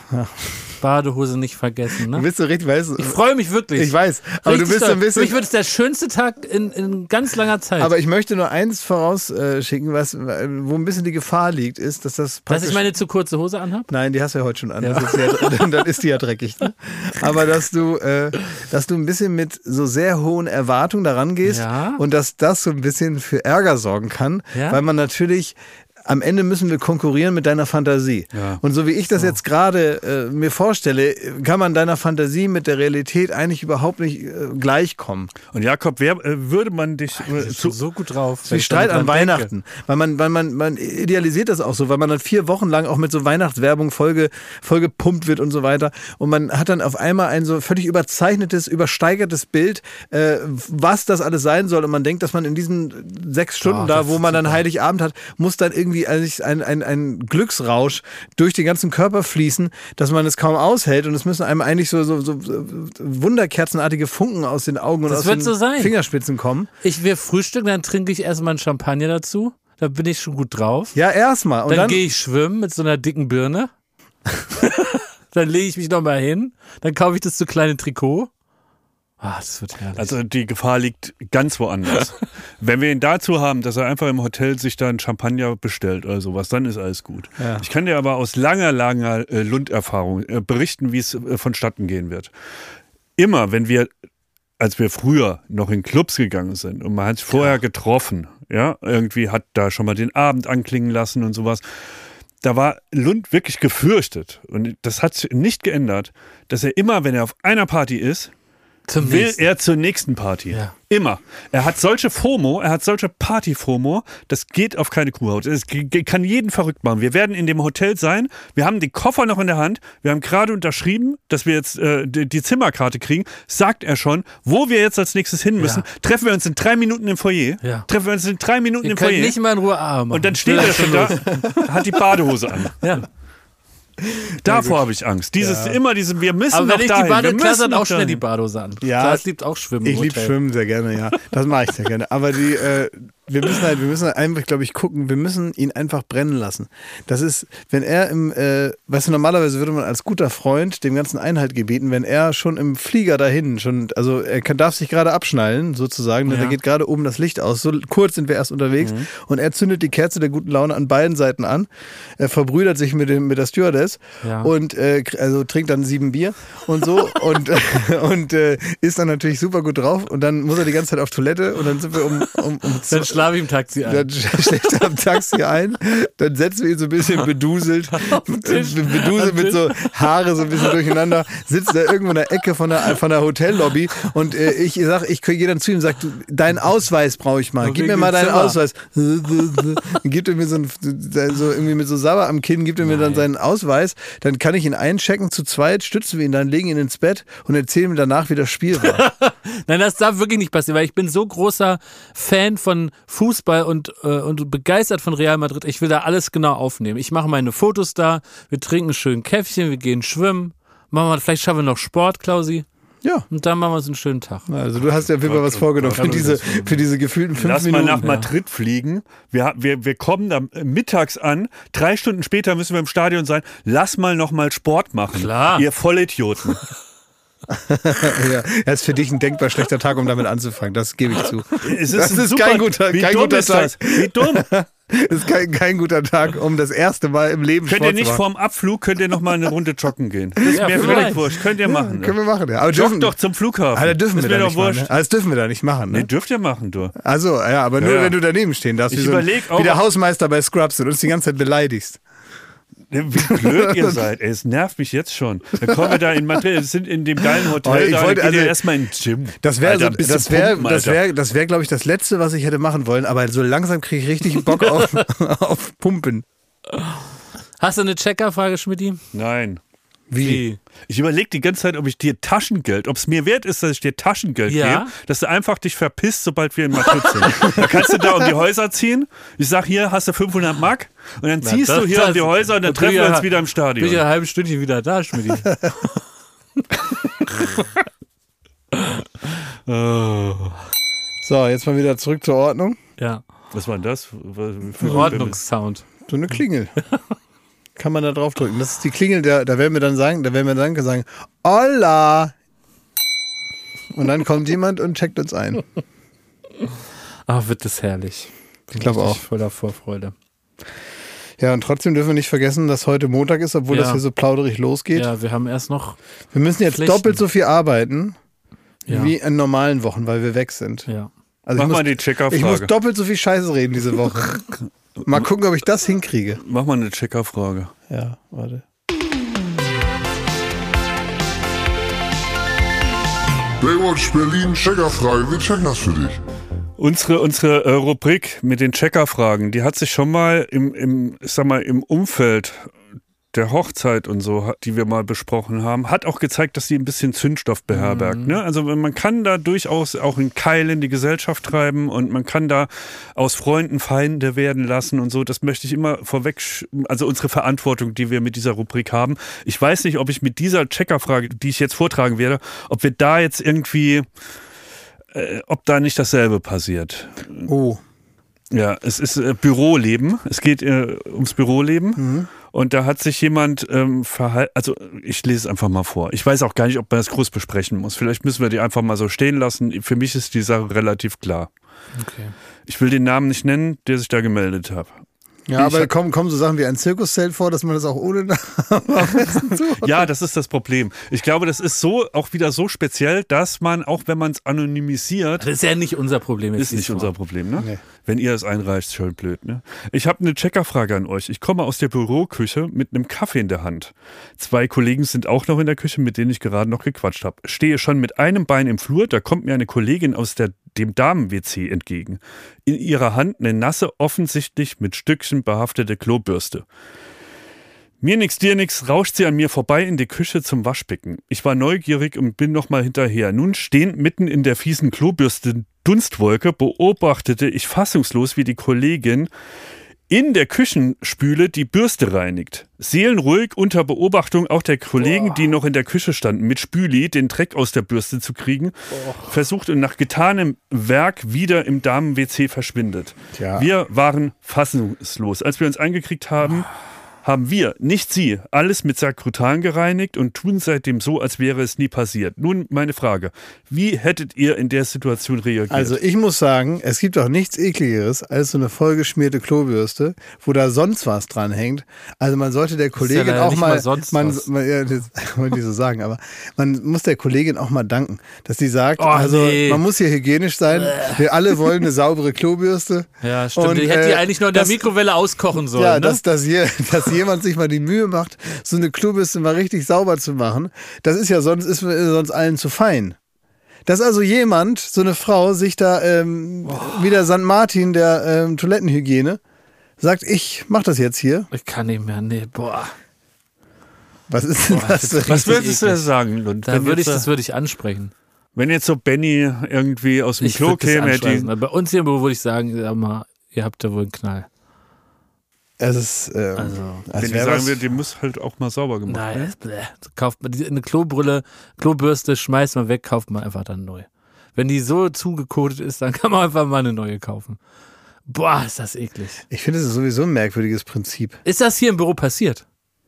Badehose nicht vergessen,
Du
ne?
bist so richtig, weißt du,
Ich freue mich wirklich.
ich weiß, aber
Richtig
du bist so ein
stolz.
bisschen.
Für mich wird es der schönste Tag in, in ganz langer Zeit.
Aber ich möchte nur eins vorausschicken, was, wo ein bisschen die Gefahr liegt, ist, dass das
Dass
praktisch...
ich meine zu kurze Hose anhab?
Nein, die hast du ja heute schon an.
Ja.
Das ist ja, dann ist die ja dreckig. Ne? Aber dass du, äh, dass du ein bisschen mit so sehr hohen Erwartungen daran gehst
Ja.
und dass das so ein bisschen für Ärger sorgen kann,
Ja.
weil man natürlich am Ende müssen wir konkurrieren mit deiner Fantasie. Ja. Und so wie ich das so. jetzt gerade äh, mir vorstelle, kann man deiner Fantasie mit der Realität eigentlich überhaupt nicht äh, gleichkommen.
Und Jakob, wer äh, würde man dich
äh, zu, so gut drauf?
Wie Streit an Weihnachten. Denke. Weil man, weil man, man idealisiert das auch so, weil man dann vier Wochen lang auch mit so Weihnachtswerbung voll, voll gepumpt wird und so weiter. Und man hat dann auf einmal ein so völlig überzeichnetes, übersteigertes Bild, äh, was das alles sein soll. Und man denkt, dass man in diesen sechs Stunden oh, da, wo man dann Heiligabend hat, muss dann irgendwie ein, ein, ein Glücksrausch durch den ganzen Körper fließen, dass man es kaum aushält. Und es müssen einem eigentlich so, so, so wunderkerzenartige Funken aus den Augen und
das
aus
wird
den
so sein.
Fingerspitzen kommen.
Ich will frühstücken, dann trinke ich erstmal einen Champagner dazu. Da bin ich schon gut drauf.
Ja, erstmal.
Dann, dann gehe ich schwimmen mit so einer dicken Birne. Dann lege ich mich nochmal hin. Dann kaufe ich das zu kleine Trikot. Ah, das wird herrlich.
Also die Gefahr liegt ganz woanders. Wenn wir ihn dazu haben, dass er einfach im Hotel sich da einen Champagner bestellt oder sowas, dann ist alles gut. Ja. Ich kann dir aber aus langer, langer äh, Lund-Erfahrung äh, berichten, wie es äh, vonstatten gehen wird. Immer, wenn wir, als wir früher noch in Clubs gegangen sind und man hat sich vorher ja. getroffen, ja, irgendwie hat da schon mal den Abend anklingen lassen und sowas, da war Lund wirklich gefürchtet und das hat sich nicht geändert, dass er immer, wenn er auf einer Party ist, Zum will nächsten. er zur nächsten Party. Ja. Immer. Er hat solche FOMO, er hat solche Party-FOMO, das geht auf keine Kuhhaut. Das kann jeden verrückt machen. Wir werden in dem Hotel sein, wir haben die Koffer noch in der Hand, wir haben gerade unterschrieben, dass wir jetzt äh, die, die Zimmerkarte kriegen, sagt er schon, wo wir jetzt als nächstes hin müssen. Ja. Treffen wir uns in drei Minuten im Foyer. Ja. Treffen wir uns in drei Minuten wir im Foyer.
Nicht mal in Ruhe arbeiten.
Und dann steht er schon da, hat die Badehose an. Ja. Davor habe ich Angst. Dieses ja. immer diese, wir müssen
aber
noch
wenn ich
dahin.
Die Bade, Klaas hat auch schnell die Badehose an.
Ja,
Klaas liebt auch Schwimmen.
Ich liebe Schwimmen sehr gerne, ja. Das mache ich sehr gerne. Aber die, äh, wir müssen halt, wir müssen halt einfach, glaube ich, gucken. Wir müssen ihn einfach brennen lassen. Das ist, wenn er im, äh, weißt du, normalerweise würde man als guter Freund dem ganzen Einhalt gebieten, wenn er schon im Flieger dahin schon, also er kann, darf sich gerade abschnallen, sozusagen. Ja. Da geht gerade oben das Licht aus. So kurz sind wir erst unterwegs mhm. und er zündet die Kerze der guten Laune an beiden Seiten an. Er verbrüdert sich mit dem, mit der Stewardess ja. und äh, also trinkt dann sieben Bier und so und, und äh, ist dann natürlich super gut drauf und dann muss er die ganze Zeit auf Toilette und dann sind wir um, um, um
dann schlafe ich im Taxi ein.
Dann schlägt er am Taxi ein, dann setzen wir ihn so ein bisschen beduselt, beduselt mit so Haare so ein bisschen durcheinander, sitzt da irgendwo in der Ecke von der, von der Hotellobby und äh, ich sag, ich gehe dann zu ihm und sage, deinen Ausweis brauche ich mal, gib mir mal deinen Zimmer. Ausweis. Gibt er mir so, ein, so irgendwie mit so Sabber am Kinn, gibt er mir Nein. dann seinen Ausweis, dann kann ich ihn einchecken, zu zweit stützen wir ihn dann, legen ihn ins Bett und erzählen ihm danach, wie das Spiel war.
Nein, das darf wirklich nicht passieren, weil ich bin so großer Fan von Fußball und, äh, und begeistert von Real Madrid. Ich will da alles genau aufnehmen. Ich mache meine Fotos da, wir trinken schön ein Käffchen, wir gehen schwimmen, machen wir, vielleicht schaffen wir noch Sport, Klausi.
Ja.
Und dann machen wir uns einen schönen Tag.
Also du hast ja auf jeden Fall was vorgenommen für diese, für diese gefühlten fünf
Lass
Minuten.
Lass mal nach Madrid ja. fliegen. Wir, wir, wir kommen da mittags an. Drei Stunden später müssen wir im Stadion sein. Lass mal noch mal Sport machen.
Klar.
Ihr Vollidioten.
ja, das ist für dich ein denkbar schlechter Tag, um damit anzufangen. Das gebe ich zu.
Es ist
das ist
super,
kein guter, kein guter Tag.
Das? Wie dumm.
Das ist kein, kein guter Tag, um das erste Mal im Leben
Könnt
Sport
ihr nicht
zu machen.
vorm Abflug, könnt ihr noch mal eine Runde joggen gehen. Das ist ja, mir völlig wurscht. Könnt ihr machen.
Ja, können wir machen, ja. Aber
Joggt
dürfen,
doch zum Flughafen.
Aber da dürfen
das
wir da
doch
nicht
wurscht.
machen. Ne? Das dürfen wir da nicht machen. Ne?
Nee, dürft ihr machen, du.
Also, ja, aber nur, ja. wenn du daneben stehen darfst.
Ich
wie, so
überleg
ein, wie der Hausmeister bei Scrubs und uns die ganze Zeit beleidigst.
Wie blöd ihr seid, ey, es nervt mich jetzt schon. Dann kommen wir da in Madrid, wir sind in dem geilen Hotel, oh, ich da wollte, geht also, ihr erstmal in den Gym.
Das wäre, so, das wäre, das wäre, das wäre, glaube ich, das Letzte, was ich hätte machen wollen, aber so langsam kriege ich richtig Bock auf, auf Pumpen.
Hast du eine Checkerfrage, Schmidti?
Nein.
Wie?
Ich überlege die ganze Zeit, ob ich dir Taschengeld, ob es mir wert ist, dass ich dir Taschengeld ja. gebe, dass du einfach dich verpisst, sobald wir in Madrid sind. Da kannst du da um die Häuser ziehen. Ich sag, hier hast du fünfhundert Mark und dann ziehst Na, das, du hier das, um die Häuser und dann treffen wir uns wieder im Stadion.
Bin ich ein halbes Stündchen wieder da, Schmidti.
oh.
So, jetzt mal wieder zurück zur Ordnung.
Ja.
Was war denn das?
Für Ordnungssound.
So eine Klingel. Kann man da drauf drücken. Das ist die Klingel, da, da werden wir dann sagen, da werden wir dann sagen, Hola! Und dann kommt jemand und checkt uns ein.
Ach, wird das herrlich.
Ich glaube auch.
Voller Vorfreude.
Ja, und trotzdem dürfen wir nicht vergessen, dass heute Montag ist, obwohl ja. das hier so plauderig losgeht.
Ja, wir haben erst noch
Wir müssen jetzt
Pflichten.
doppelt so viel arbeiten,
ja.
wie in normalen Wochen, weil wir weg sind.
Ja.
Also
Mach
ich
mal
muss,
die Checkerfrage.
Ich muss doppelt so viel Scheiße reden diese Woche. Mal gucken, ob ich das hinkriege.
Mach mal eine Checkerfrage.
Ja, warte.
Baywatch Berlin Checkerfrage, wir checken das für dich.
Unsere, unsere äh, Rubrik mit den Checkerfragen, die hat sich schon mal im, im, ich sag mal, im Umfeld der Hochzeit und so, die wir mal besprochen haben, hat auch gezeigt, dass sie ein bisschen Zündstoff beherbergt. Mhm. Ne? Also man kann da durchaus auch einen Keil in die Gesellschaft treiben und man kann da aus Freunden Feinde werden lassen und so. Das möchte ich immer vorweg, also unsere Verantwortung, die wir mit dieser Rubrik haben. Ich weiß nicht, ob ich mit dieser Checkerfrage, die ich jetzt vortragen werde, ob wir da jetzt irgendwie, äh, ob da nicht dasselbe passiert.
Oh.
Ja, es ist äh, Büroleben. Es geht äh, ums Büroleben. Mhm. Und da hat sich jemand ähm, verhalten, also ich lese es einfach mal vor. Ich weiß auch gar nicht, ob man das groß besprechen muss. Vielleicht müssen wir die einfach mal so stehen lassen. Für mich ist die Sache relativ klar. Okay. Ich will den Namen nicht nennen, der sich da gemeldet hat.
Ja, aber kommen, kommen so Sachen wie ein Zirkuszelt vor, dass man das auch ohne Namen
Ja, das ist das Problem. Ich glaube, das ist so auch wieder so speziell, dass man, auch wenn man es anonymisiert.
Das ist ja nicht unser Problem.
Ist nicht unser Problem, ne? Nee. Wenn ihr es einreicht, schön blöd, ne? Ich habe eine Checkerfrage an euch. Ich komme aus der Büroküche mit einem Kaffee in der Hand. Zwei Kollegen sind auch noch in der Küche, mit denen ich gerade noch gequatscht habe. Stehe schon mit einem Bein im Flur, da kommt mir eine Kollegin aus der, dem Damen-W C entgegen. In ihrer Hand eine nasse, offensichtlich mit Stückchen behaftete Klobürste. Mir nix, dir nix, rauscht sie an mir vorbei in die Küche zum Waschbecken. Ich war neugierig und bin nochmal hinterher. Nun stehend mitten in der fiesen Klobürste Dunstwolke beobachtete ich fassungslos, wie die Kollegin in der Küchenspüle die Bürste reinigt. Seelenruhig unter Beobachtung auch der Kollegen, Boah. die noch in der Küche standen, mit Spüli den Dreck aus der Bürste zu kriegen, Boah. versucht und nach getanem Werk wieder im Damen-W C verschwindet. Tja. Wir waren fassungslos. Als wir uns eingekriegt haben, haben wir, nicht sie, alles mit Sakrotan gereinigt und tun seitdem so, als wäre es nie passiert. Nun meine Frage, wie hättet ihr in der Situation reagiert?
Also ich muss sagen, es gibt auch nichts Ekligeres als so eine vollgeschmierte Klobürste, wo da sonst was dran hängt. Also man sollte der Kollegin ja auch mal, mal man, man, ja, das wollte ich so sagen, aber man muss der Kollegin auch mal danken, dass die sagt, oh, also nee. man muss hier hygienisch sein, wir alle wollen eine saubere Klobürste.
Ja, stimmt, und, die hätte die eigentlich nur in der das, Mikrowelle auskochen sollen. Ja, ne?
dass, dass, hier, dass jemand sich mal die Mühe macht, so eine Klobürste mal richtig sauber zu machen, das ist ja sonst, ist sonst allen zu fein. Dass also jemand, so eine Frau, sich da ähm, wie der Sankt Martin der ähm, Toilettenhygiene sagt, ich mach das jetzt hier.
Ich kann nicht mehr, nee, boah.
Was ist denn
boah,
das?
das was würdest du da sagen, Lund?
Da würde ich, das würde ich ansprechen.
Wenn jetzt so Benny irgendwie aus dem
ich
Klo käme.
Die bei uns hier im Büro würde ich sagen, sag mal, ihr habt da wohl einen Knall.
Es ist, ähm,
also, wenn die sagen wir, die muss halt auch mal sauber gemacht werden.
Nein, kauft man eine Klobrille, Klobürste, schmeißt man weg, kauft man einfach dann neu. Wenn die so zugekotet ist, dann kann man einfach mal eine neue kaufen. Boah, ist das eklig.
Ich finde, das ist sowieso ein merkwürdiges Prinzip.
Ist das hier im Büro passiert?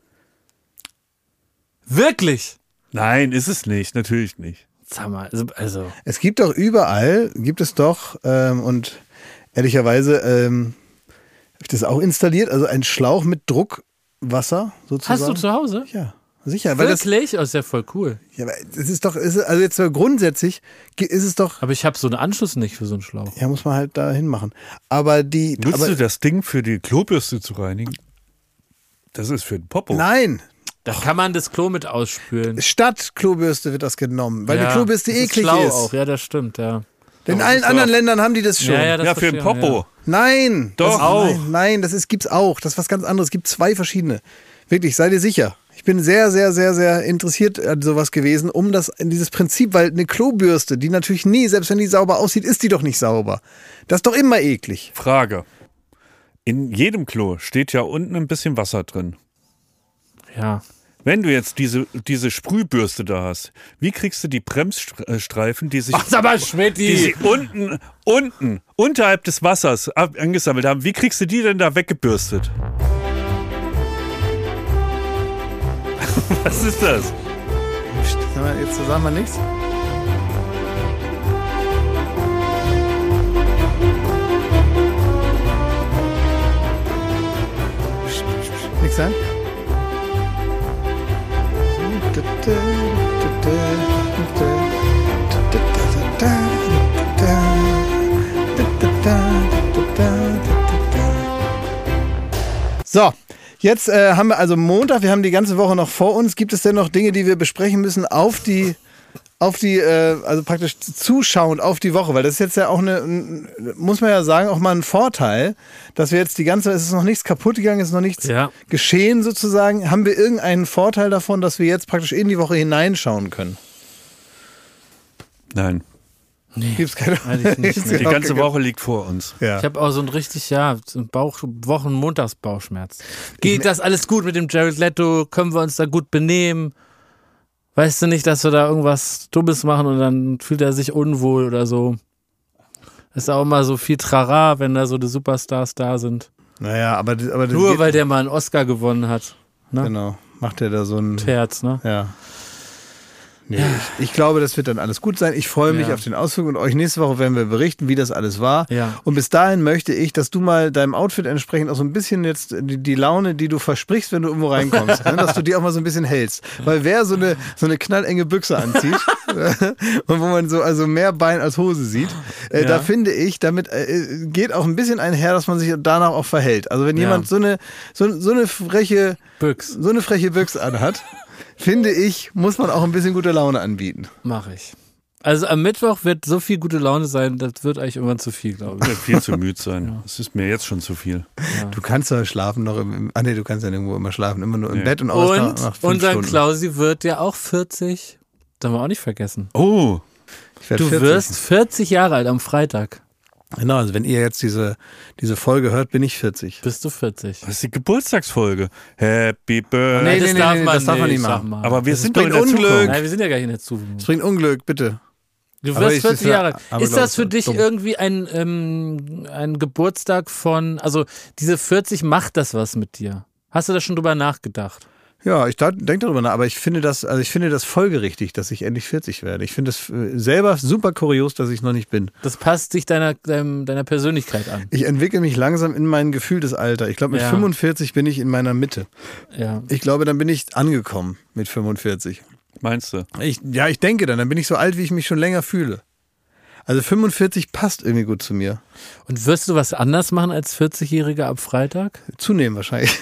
Wirklich?
Nein, ist es nicht, natürlich nicht.
Sag mal, also, also.
Es gibt doch überall, gibt es doch, ähm, und ehrlicherweise, ähm, habe ich das auch installiert? Also ein Schlauch mit Druckwasser sozusagen.
Hast du zu Hause?
Ja, sicher.
Wirklich? Das ist ja voll cool.
Ja, aber es ist doch, ist, also jetzt grundsätzlich ist es doch.
Aber ich habe so einen Anschluss nicht für so einen Schlauch.
Ja, muss man halt da hinmachen. Aber die.
Nutzt
aber,
du das Ding für die Klobürste zu reinigen? Das ist für den Popo.
Nein.
Da kann man das Klo mit ausspülen.
Statt Klobürste wird das genommen, weil ja, die Klobürste
das
eklig
ist. Schlau
ist.
Auch. Ja, das stimmt, ja.
In allen anderen Ländern haben die das schon.
Ja, ja, das
ja für den Popo.
Ja.
Nein,
doch
das,
auch.
Nein, nein, das ist, gibt's auch. Das ist was ganz anderes. Es gibt zwei verschiedene. Wirklich, sei dir sicher. Ich bin sehr, sehr, sehr, sehr interessiert an sowas gewesen, um das in dieses Prinzip, weil eine Klobürste, die natürlich nie, selbst wenn die sauber aussieht, ist die doch nicht sauber. Das ist doch immer eklig.
Frage. In jedem Klo steht ja unten ein bisschen Wasser drin.
Ja.
Wenn du jetzt diese, diese Sprühbürste da hast, wie kriegst du die Bremsstreifen, die sich,
Ach, sag mal, Schmitti.
die sich unten, unten, unterhalb des Wassers angesammelt haben, wie kriegst du die denn da weggebürstet? Was ist das?
Jetzt sagen wir nichts. Nix sagen? So, jetzt äh, haben wir also Montag, wir haben die ganze Woche noch vor uns. Gibt es denn noch Dinge, die wir besprechen müssen auf die, auf die, äh, also praktisch zuschauend auf die Woche? Weil das ist jetzt ja auch eine, muss man ja sagen, auch mal ein Vorteil, dass wir jetzt die ganze, es ist noch nichts kaputt gegangen, es ist noch nichts
Ja.
geschehen sozusagen. Haben wir irgendeinen Vorteil davon, dass wir jetzt praktisch in die Woche hineinschauen können?
Nein.
Nee,
Gibt's keine,
eigentlich nicht.
Gibt's
Nee.
Die
auch
ganze
keine-
Woche liegt vor uns.
Ja.
Ich habe auch so ein richtig, ja, so ein Bauch, Wochen, Montagsbauchschmerz. Geht das alles gut mit dem Jared Leto? Können wir uns da gut benehmen? Weißt du nicht, dass wir da irgendwas Dummes machen und dann fühlt er sich unwohl oder so? Ist auch immer so viel Trara, wenn da so die Superstars da sind.
Naja, aber, aber das
Nur
geht-
weil der mal einen Oscar gewonnen hat. Ne?
Genau, macht er da so ein...
Herz, ne?
Ja. Nee, ich, ich glaube, das wird dann alles gut sein. Ich freue mich
Ja.
auf den Ausflug und euch nächste Woche werden wir berichten, wie das alles war.
Ja.
Und bis dahin möchte ich, dass du mal deinem Outfit entsprechend auch so ein bisschen jetzt die, die Laune, die du versprichst, wenn du irgendwo reinkommst, ne, dass du die auch mal so ein bisschen hältst. Weil wer so eine, so eine knallenge Büchse anzieht und wo man so also mehr Bein als Hose sieht, äh,
Ja.
da finde ich, damit äh, geht auch ein bisschen einher, dass man sich danach auch verhält. Also wenn
Ja.
jemand so eine, so, so eine freche,
Büchs,
so eine freche Büchse anhat, finde ich, muss man auch ein bisschen gute Laune anbieten.
mache ich. Also am Mittwoch wird so viel gute Laune sein, das wird eigentlich irgendwann zu viel, glaube
Ich werde viel zu müde sein. Es ist mir jetzt schon zu viel.
Du kannst ja schlafen noch im, im ah nee, du kannst ja nirgendwo immer schlafen, immer nur im
Nee.
Bett und
ich.
aus
Und
nach, nach fünf
unser
Stunden.
Klausi wird ja auch vierzig. Darf man auch nicht vergessen.
Oh,
Ich werd
Du
vierzig.
wirst vierzig Jahre alt am Freitag.
Genau, also wenn ihr jetzt diese, diese Folge hört, bin ich vierzig.
Bist du vierzig.
das ist die Geburtstagsfolge. Happy Birthday.
Nee,
das
nee,
darf
nee,
man
das darf man
nicht,
nicht
sag
machen.
mal.
Aber wir
Das
sind doch in
bringt
der
Unglück.
Zukunft.
Nein, wir sind ja gar nicht in der Zukunft.
Es bringt Unglück, bitte.
Du
Aber
wirst
ich-
vierzig
ich-
Jahre alt.
aber
Ist
glaub,
das für
das ist
dich
dumm.
irgendwie ein, ähm, ein Geburtstag von, also diese vierzig, macht das was mit dir? Hast du da schon drüber nachgedacht?
Ja, ich denke darüber nach, aber ich finde das, also ich finde das folgerichtig, dass ich endlich vierzig werde. Ich finde es äh, selber super kurios, dass ich noch nicht bin.
Das passt sich deiner, deinem, deiner Persönlichkeit an.
Ich entwickle mich langsam in mein gefühltes Alter. Ich glaube, mit
Ja.
fünfundvierzig bin ich in meiner Mitte.
Ja.
Ich glaube, dann bin ich angekommen mit fünfundvierzig.
Meinst du?
Ich, ja, ich denke dann, dann bin ich so alt, wie ich mich schon länger fühle. Also fünfundvierzig passt irgendwie gut zu mir.
Und wirst du was anders machen als vierzig-Jähriger ab Freitag?
Zunehmen wahrscheinlich,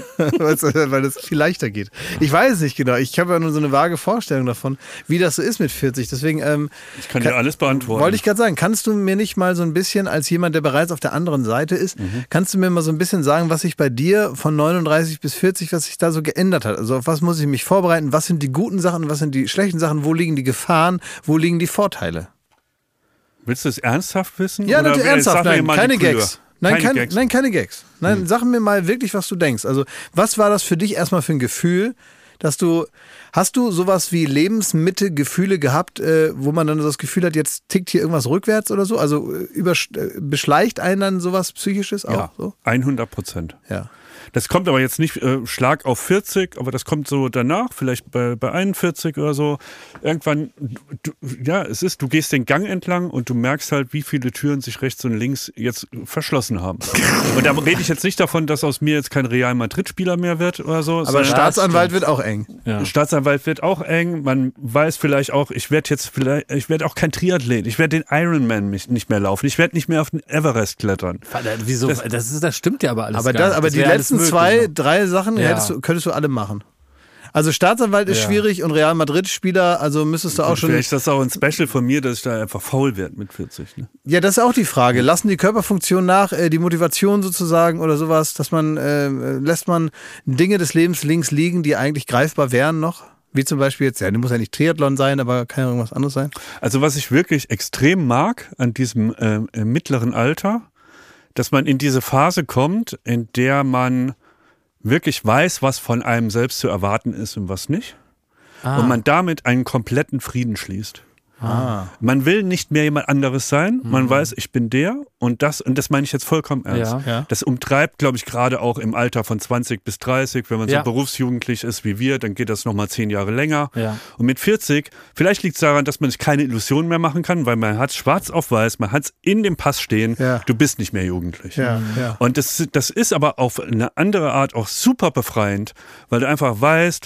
weil es viel leichter geht. Ich weiß es nicht genau. Ich habe ja nur so eine vage Vorstellung davon, wie das so ist mit vierzig. Deswegen ähm,
Ich kann dir alles beantworten.
wollte ich gerade sagen, kannst du mir nicht mal so ein bisschen, als jemand, der bereits auf der anderen Seite ist,
Mhm.
kannst du mir mal so ein bisschen sagen, was sich bei dir von neununddreißig bis vierzig, was sich da so geändert hat? Also auf was muss ich mich vorbereiten? Was sind die guten Sachen? Was sind die schlechten Sachen? Wo liegen die Gefahren? Wo liegen die Vorteile?
Willst du es ernsthaft wissen?
Ja,
Oder
natürlich ernsthaft.
sag mir
Nein,
mal
keine
die Couleur.
Gags. Nein,
keine
kein,
Gags.
nein, keine Gags. Nein, sag mir mal wirklich, was du denkst. Also, was war das für dich erstmal für ein Gefühl, dass du, hast du sowas wie Lebensmitte-Gefühle gehabt, äh, wo man dann so das Gefühl hat, jetzt tickt hier irgendwas rückwärts oder so? Also, äh, übersch- äh, beschleicht einen dann sowas Psychisches auch?
Ja,
So?
hundert Prozent.
Ja.
Das kommt aber jetzt nicht äh, Schlag auf vierzig, aber das kommt so danach, vielleicht bei, bei einundvierzig oder so. Irgendwann, du, ja, es ist, du gehst den Gang entlang und du merkst halt, wie viele Türen sich rechts und links jetzt verschlossen haben. Und da rede ich jetzt nicht davon, dass aus mir jetzt kein Real Madrid-Spieler mehr wird oder so.
Aber
sondern
Staatsanwalt wird auch eng.
Ja.
Staatsanwalt wird auch eng. Man weiß vielleicht auch, ich werde jetzt vielleicht, ich werde auch kein Triathlet. Ich werde den Ironman mich nicht mehr laufen. Ich werde nicht mehr auf den Everest klettern.
Wieso? Das, das, ist, das stimmt ja aber alles
Aber,
gar
das, aber
nicht.
die
Das wär alles
letzten
möglich
zwei,
noch.
drei Sachen
Ja.
hättest du, könntest du alle machen. Also Staatsanwalt ist
Ja.
schwierig und Real Madrid-Spieler, also müsstest du auch schon...
Vielleicht ist das auch ein Special von mir, dass ich da einfach faul werde mit vierzig. Ne?
Ja, das ist auch die Frage. Lassen die Körperfunktionen nach, äh, die Motivation sozusagen oder sowas, dass man, äh, lässt man Dinge des Lebens links liegen, die eigentlich greifbar wären noch? Wie zum Beispiel jetzt, ja, das muss ja nicht Triathlon sein, aber kann ja irgendwas anderes sein.
Also was ich wirklich extrem mag an diesem äh, äh, mittleren Alter, dass man in diese Phase kommt, in der man wirklich weiß, was von einem selbst zu erwarten ist und was nicht.
Ah.
Und man damit einen kompletten Frieden schließt.
Ah.
Man will nicht mehr jemand anderes sein. Man weiß, ich bin der und das, und das meine ich jetzt vollkommen ernst.
Ja.
Ja.
Das umtreibt, glaube ich, gerade auch im Alter von zwanzig bis dreißig. Wenn man
Ja.
so berufsjugendlich ist wie wir, dann geht das nochmal zehn Jahre länger.
Ja.
Und mit vierzig, vielleicht liegt es daran, dass man sich keine Illusionen mehr machen kann, weil man hat schwarz auf weiß, man hat es in dem Pass stehen,
Ja.
du bist nicht mehr jugendlich.
Ja, ja.
Und das, das ist aber auf eine andere Art auch super befreiend, weil du einfach weißt,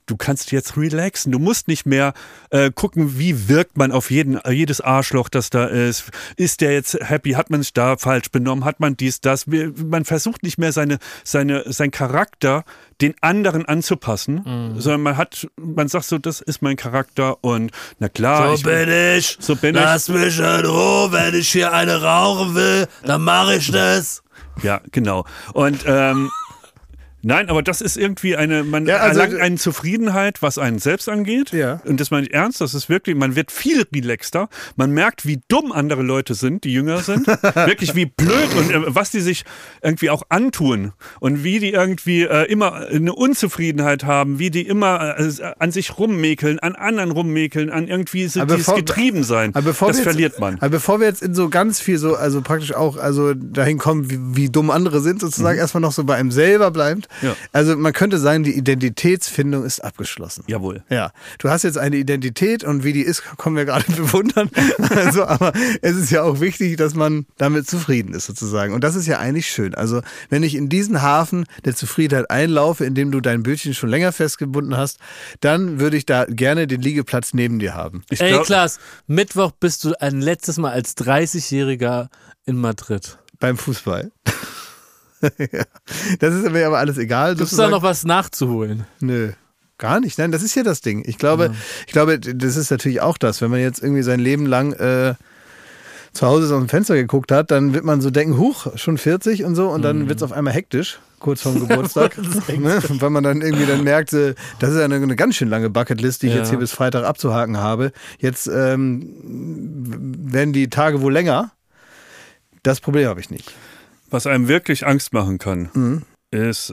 du kannst jetzt relaxen. Du musst nicht mehr äh, gucken, wie wirkt man auf jeden, jedes Arschloch, das da ist. Ist der jetzt happy? Hat man sich da falsch benommen? Hat man dies, das? Man versucht nicht mehr seine, seine, sein Charakter den anderen anzupassen, mhm. sondern man hat, man sagt so, das ist mein Charakter und na klar.
So
ich,
bin ich.
So bin
Lass
ich.
mich in Ruhe, wenn ich hier eine rauchen will, dann mache ich das.
Ja, genau. Und ähm, nein, aber das ist irgendwie eine, man
ja, also,
erlangt eine Zufriedenheit, was einen selbst angeht.
Ja.
Und das meine ich ernst, das ist wirklich, man wird viel relaxter. Man merkt, wie dumm andere Leute sind, die jünger sind. Wirklich wie blöd und äh, was die sich irgendwie auch antun. Und wie die irgendwie äh, immer eine Unzufriedenheit haben, wie die immer äh, an sich rummäkeln, an anderen rummäkeln, an irgendwie so dieses Getriebensein.
Aber bevor
das
wir jetzt,
verliert man.
Aber bevor wir jetzt in so ganz viel so, also praktisch auch, also dahin kommen, wie, wie dumm andere sind, sozusagen
Mhm.
erstmal noch so bei einem selber bleibt.
Ja.
Also man könnte sagen, die Identitätsfindung ist abgeschlossen.
Jawohl.
Ja, du hast jetzt eine Identität und wie die ist, können wir gerade bewundern. Also, aber es ist ja auch wichtig, dass man damit zufrieden ist sozusagen. Und das ist ja eigentlich schön. Also wenn ich in diesen Hafen der Zufriedenheit einlaufe, in dem du dein Bötchen schon länger festgebunden hast, dann würde ich da gerne den Liegeplatz neben dir haben.
Ich
Ey
glaub,
Klaas, Mittwoch bist du ein letztes Mal als dreißigjähriger in Madrid.
Beim Fußball. Ja. Das ist mir aber alles egal.
Gibt es da noch was nachzuholen?
Nö. Gar nicht, nein, das ist ja das Ding. Ich glaube, ja. ich glaube, das ist natürlich auch das, wenn man jetzt irgendwie sein Leben lang äh, zu Hause aus dem Fenster geguckt hat, dann wird man so denken, huch, schon vierzig und so und dann mhm. wird es auf einmal hektisch, kurz vorm Geburtstag, ne? Weil man dann irgendwie dann merkt, das ist ja eine, eine ganz schön lange Bucketlist, die ich ja. jetzt hier bis Freitag abzuhaken habe. Jetzt ähm, werden die Tage wohl länger. Das Problem habe ich nicht.
Was einem wirklich Angst machen kann,
mhm.
ist,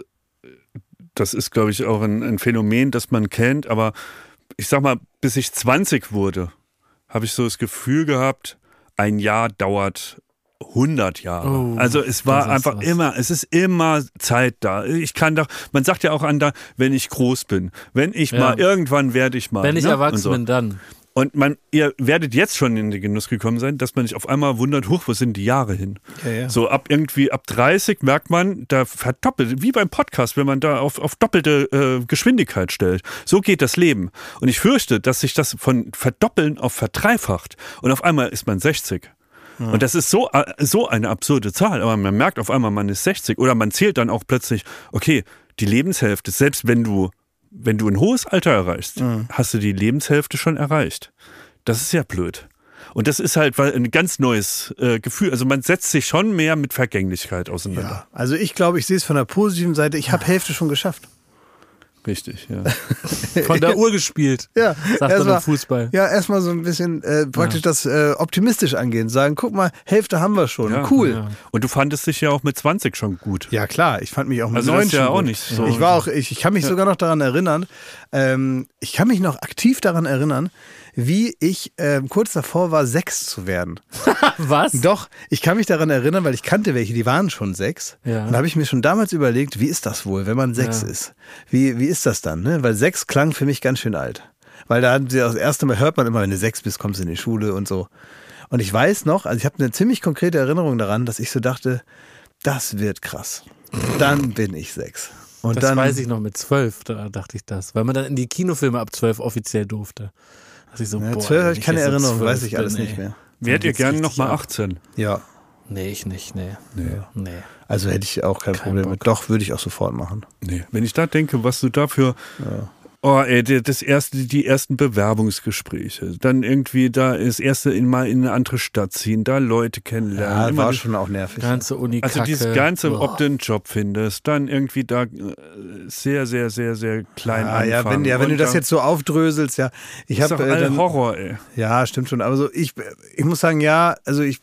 das ist, glaube ich, auch ein, ein Phänomen, das man kennt, aber ich sag mal, bis ich zwanzig wurde, habe ich so das Gefühl gehabt, ein Jahr dauert hundert Jahre.
Oh,
also es war einfach was. immer, es ist immer Zeit da. Ich kann doch, man sagt ja auch an da, wenn ich groß bin, wenn ich ja. mal, irgendwann werde ich mal.
Wenn ich
ne?
erwachsen
so.
bin, dann.
Und man, ihr werdet jetzt schon in den Genuss gekommen sein, dass man sich auf einmal wundert, huch, wo sind die Jahre hin?
Ja, ja.
So ab irgendwie, ab dreißig merkt man, da verdoppelt, wie beim Podcast, wenn man da auf, auf doppelte äh, Geschwindigkeit stellt. So geht das Leben. Und ich fürchte, dass sich das von verdoppeln auf verdreifacht. Und auf einmal ist man sechzig. Ja. Und das ist so, so eine absurde Zahl. Aber man merkt auf einmal, man ist sechzig. Oder man zählt dann auch plötzlich, okay, die Lebenshälfte, selbst wenn du Wenn du ein hohes Alter erreichst, mhm. hast du die Lebenshälfte schon erreicht. Das ist ja blöd. Und das ist halt ein ganz neues äh, Gefühl. Also man setzt sich schon mehr mit Vergänglichkeit auseinander.
Ja, also ich glaube, ich sehe es von der positiven Seite. Ich habe Hälfte schon geschafft.
Richtig, ja.
Von der Uhr gespielt,
ja,
sagt man im Fußball.
Ja, erstmal so ein bisschen äh, praktisch ja. das äh, optimistisch angehen. Sagen, guck mal, Hälfte haben wir schon.
Ja,
cool.
Ja. Und du fandest dich ja auch mit zwanzig schon gut.
Ja, klar. Ich fand mich auch mit
also
neunzehn
ja
schon
auch
gut.
nicht so.
Ich war auch, ich, ich kann mich ja. sogar noch daran erinnern, ähm, ich kann mich noch aktiv daran erinnern, wie ich äh, kurz davor war, sechs zu werden.
Was?
Doch, ich kann mich daran erinnern, weil ich kannte welche, die waren schon sechs.
Ja.
Und da habe ich mir schon damals überlegt, wie ist das wohl, wenn man sechs
ja.
ist? Wie, wie ist das dann? Ne? Weil sechs klang für mich ganz schön alt. Weil da hatten sie das erste Mal, hört man immer, wenn du sechs bist, kommst du in die Schule und so. Und ich weiß noch, also ich habe eine ziemlich konkrete Erinnerung daran, dass ich so dachte, das wird krass. Dann bin ich sechs. Und
das
dann,
weiß ich noch mit zwölf, da dachte ich das. Weil man dann in die Kinofilme ab zwölf offiziell durfte. Ich so,
ja,
boah,
zwölf habe ich keine Erinnerung,
so
weiß ich alles
bin,
nicht mehr.
Wärt ihr gerne noch mal achtzehn?
Ja.
Nee, ich nicht, nee.
Nee.
nee.
Also hätte ich auch kein, kein Problem Bock. mit. Doch, würde ich auch sofort machen.
Nee. Wenn ich da denke, was du dafür...
Ja.
Oh, ey, das erste, die ersten Bewerbungsgespräche, dann irgendwie da das erste in, mal in eine andere Stadt ziehen, da Leute kennenlernen.
Ja,
Immer
war
das,
schon auch nervig.
Ganze Uni
Also dieses ganze, Boah. ob du einen Job findest, dann irgendwie da sehr, sehr, sehr, sehr klein
ah,
anfangen.
Ja, wenn, ja, wenn du das jetzt so aufdröselst, ja. Ich
ist
hab,
doch
äh,
all
dann,
Horror, ey.
Ja, stimmt schon. Aber so, ich, ich muss sagen, ja, also ich,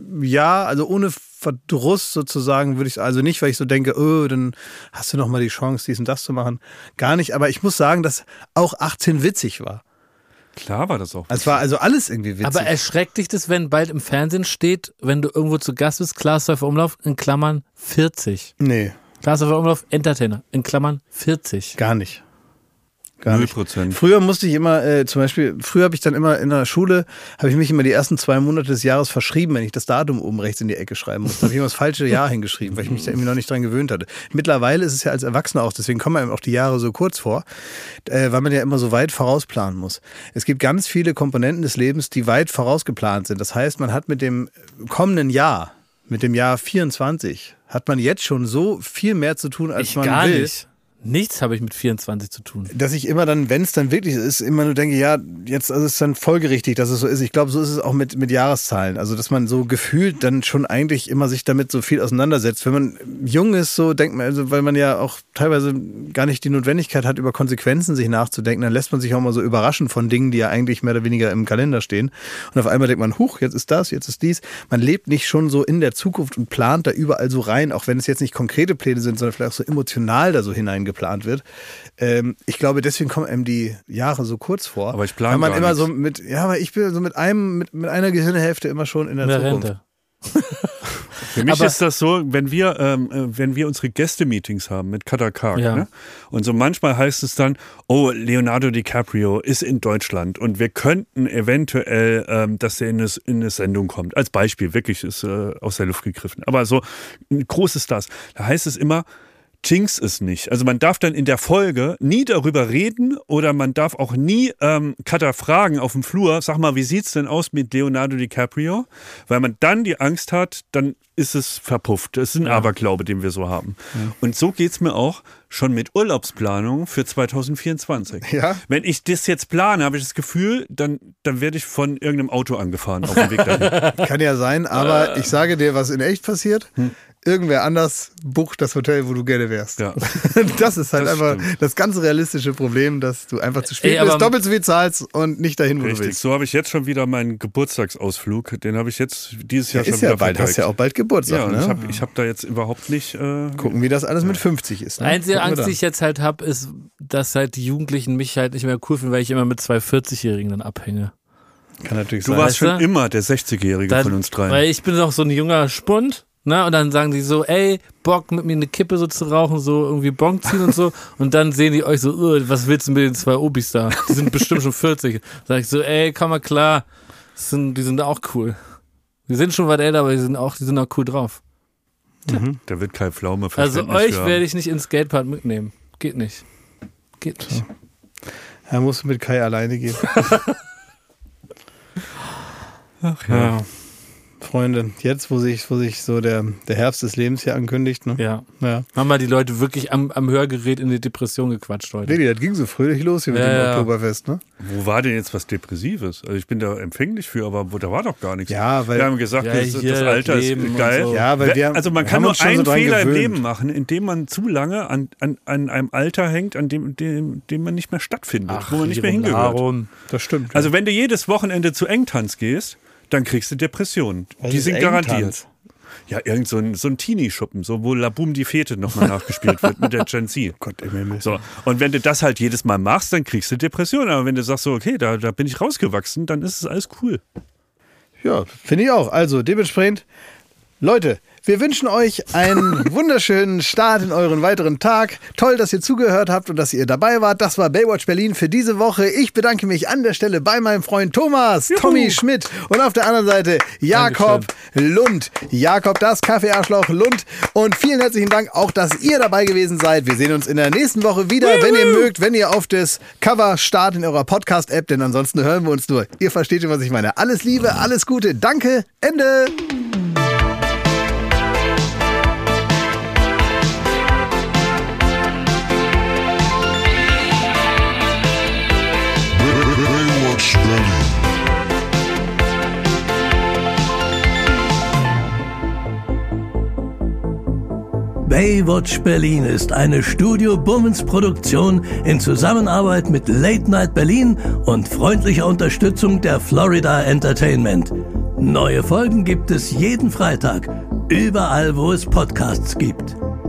ja, also ohne Verdruss sozusagen würde ich, also nicht, weil ich so denke, oh, dann hast du noch mal die Chance, dies und das zu machen. Gar nicht, aber ich muss sagen, dass auch achtzehn witzig war.
Klar war das auch.
Es war also alles irgendwie witzig.
Aber erschreckt dich das, wenn bald im Fernsehen steht, wenn du irgendwo zu Gast bist, Klaas-Häufer Umlauf, in Klammern vierzig.
Nee.
Klaas-Häufer Umlauf, Entertainer, in Klammern vierzig.
Gar nicht. Gar
Null
nicht.
Prozent.
Früher musste ich immer, äh, zum Beispiel, früher habe ich dann immer in der Schule, habe ich mich immer die ersten zwei Monate des Jahres verschrieben, wenn ich das Datum oben rechts in die Ecke schreiben musste. Da habe ich immer das falsche Jahr hingeschrieben, weil ich mich da irgendwie noch nicht dran gewöhnt hatte. Mittlerweile ist es ja als Erwachsener auch, deswegen kommen einem auch die Jahre so kurz vor, äh, weil man ja immer so weit vorausplanen muss. Es gibt ganz viele Komponenten des Lebens, die weit vorausgeplant sind. Das heißt, man hat mit dem kommenden Jahr, mit dem Jahr vierundzwanzig, hat man jetzt schon so viel mehr zu tun, als
ich
man
gar
will.
Nicht. Nichts habe ich mit vierundzwanzig zu tun.
Dass ich immer dann, wenn es dann wirklich ist, immer nur denke, ja, jetzt ist es dann folgerichtig, dass es so ist. Ich glaube, so ist es auch mit, mit Jahreszahlen. Also, dass man so gefühlt dann schon eigentlich immer sich damit so viel auseinandersetzt. Wenn man jung ist, so denkt man, also, weil man ja auch teilweise gar nicht die Notwendigkeit hat, über Konsequenzen sich nachzudenken, dann lässt man sich auch mal so überraschen von Dingen, die ja eigentlich mehr oder weniger im Kalender stehen. Und auf einmal denkt man, huch, jetzt ist das, jetzt ist dies. Man lebt nicht schon so in der Zukunft und plant da überall so rein, auch wenn es jetzt nicht konkrete Pläne sind, sondern vielleicht auch so emotional da so hineingeplant wird. Ähm, ich glaube, deswegen kommen einem die Jahre so kurz vor.
Aber ich plane
Weil man
gar
immer
nichts.
so mit, ja, aber ich bin so mit einem, mit, mit einer Gehirnhälfte immer schon in der,
In der
Zukunft.
Rente.
Für mich
Aber-
ist das so, wenn wir, ähm, äh, wenn wir unsere Gäste-Meetings haben mit Katakak,
Ja.
ne? Und so manchmal heißt es dann, oh, Leonardo DiCaprio ist in Deutschland und wir könnten eventuell, ähm, dass er in eine, in eine Sendung kommt. Als Beispiel, wirklich ist äh, aus der Luft gegriffen. Aber so ein großes Stars. Da heißt es immer, jinx es nicht. Also man darf dann in der Folge nie darüber reden oder man darf auch nie ähm, Cutter fragen auf dem Flur, sag mal, wie sieht's denn aus mit Leonardo DiCaprio? Weil man dann die Angst hat, dann ist es verpufft. Das ist ein
Ja.
Aberglaube, den wir so haben. Ja. Und so geht's mir auch schon mit Urlaubsplanung für zwanzig vierundzwanzig.
Ja.
Wenn ich das jetzt plane, habe ich das Gefühl, dann, dann werde ich von irgendeinem Auto angefahren auf dem Weg dahin.
Kann ja sein, aber ich sage dir, was in echt passiert.
Hm.
Irgendwer anders bucht das Hotel, wo du gerne wärst.
Ja.
Das ist halt
Das
einfach
stimmt.
das ganz realistische Problem, dass du einfach zu spät
Ey, aber-
bist, doppelt so viel zahlst und nicht dahin, wo du
Richtig.
willst.
So habe ich jetzt schon wieder meinen Geburtstagsausflug. Den habe ich jetzt dieses Jahr
Ja,
schon
ist
wieder
ja bald,
vergeigt.
hast ja auch bald Geburtstag.
Ja, und
ne?
ich habe ich hab da jetzt überhaupt nicht. Äh,
Gucken, wie das alles mit fünfzig ist. Ne?
Einzige
Gucken wir
Angst,
dann.
die ich jetzt halt habe, ist, dass halt die Jugendlichen mich halt nicht mehr cool finden, weil ich immer mit zwei vierzig-Jährigen dann abhänge.
Kann natürlich
Du
sein.
warst
Weißt
schon
du?
immer der sechzigjährige
Dann,
von uns dreien.
Weil ich bin doch so ein junger Spund, ne? Und dann sagen die so, ey, Bock mit mir eine Kippe so zu rauchen, so irgendwie Bonk ziehen und so. Und dann sehen die euch so, "Uh, was willst du mit den zwei Obis da? Die sind bestimmt schon vierzig. Sag ich so, ey, komm mal klar, das sind, die sind auch cool. Die sind schon weit älter, aber die sind auch, die sind auch cool drauf.
Da wird Kai Pflaume
Also
Verständnis
euch
für haben.
werde ich nicht ins Skatepark mitnehmen. Geht nicht. Geht nicht.
Er muss mit Kai alleine gehen.
Ach ja.
Freunde, jetzt, wo sich, wo sich so der, der Herbst des Lebens hier ankündigt, ne?
Ja.
Ja.
Haben wir die Leute wirklich am, am Hörgerät in die Depression gequatscht heute.
Wirklich, das ging so fröhlich los hier mit
Ja,
dem
ja.
Oktoberfest, ne?
Wo war denn jetzt was Depressives? Also ich bin da empfänglich für, aber wo, da war doch gar nichts.
Ja, weil-
wir haben gesagt,
Ja,
das,
hier
das Alter
das Leben
ist
und
geil.
so.
Ja, weil wir haben-
also man
wir
kann
haben
nur
uns schon
einen
so dran
Fehler
gewöhnt.
im Leben machen, indem man zu lange an, an, an einem Alter hängt, an dem, dem, dem man nicht mehr stattfindet, wo man nicht mehr hingehört.
Aaron.
Das stimmt.
Also wenn du jedes Wochenende zu Engtanz gehst, dann kriegst du Depressionen. Die
ist
sind
Engtanz?
garantiert. Ja, irgend so ein, so ein Teenie-Schuppen, so wo La Boom die Fete nochmal nachgespielt wird mit der Gen Z.
Gott im Himmel.
So. Und wenn du das halt jedes Mal machst, dann kriegst du Depressionen. Aber wenn du sagst so, okay, da, da bin ich rausgewachsen, dann ist es alles cool.
Ja, finde ich auch. Also dementsprechend, Leute, wir wünschen euch einen wunderschönen Start in euren weiteren Tag. Toll, dass ihr zugehört habt und dass ihr dabei wart. Das war Baywatch Berlin für diese Woche. Ich bedanke mich an der Stelle bei meinem Freund Thomas,
Juhu.
Tommy Schmidt und auf der anderen Seite Jakob Lund. Jakob, das Kaffeearschloch Lund. Und vielen herzlichen Dank auch, dass ihr dabei gewesen seid. Wir sehen uns in der nächsten Woche wieder, wenn ihr mögt, wenn ihr auf das Cover startet in eurer Podcast-App, denn ansonsten hören wir uns nur. Ihr versteht schon, was ich meine. Alles Liebe, alles Gute. Danke, Ende.
Baywatch Berlin.
Baywatch Berlin ist eine Studio Bummens Produktion in Zusammenarbeit mit Late Night Berlin und freundlicher Unterstützung der Florida Entertainment. Neue Folgen gibt es jeden Freitag, überall wo es Podcasts gibt.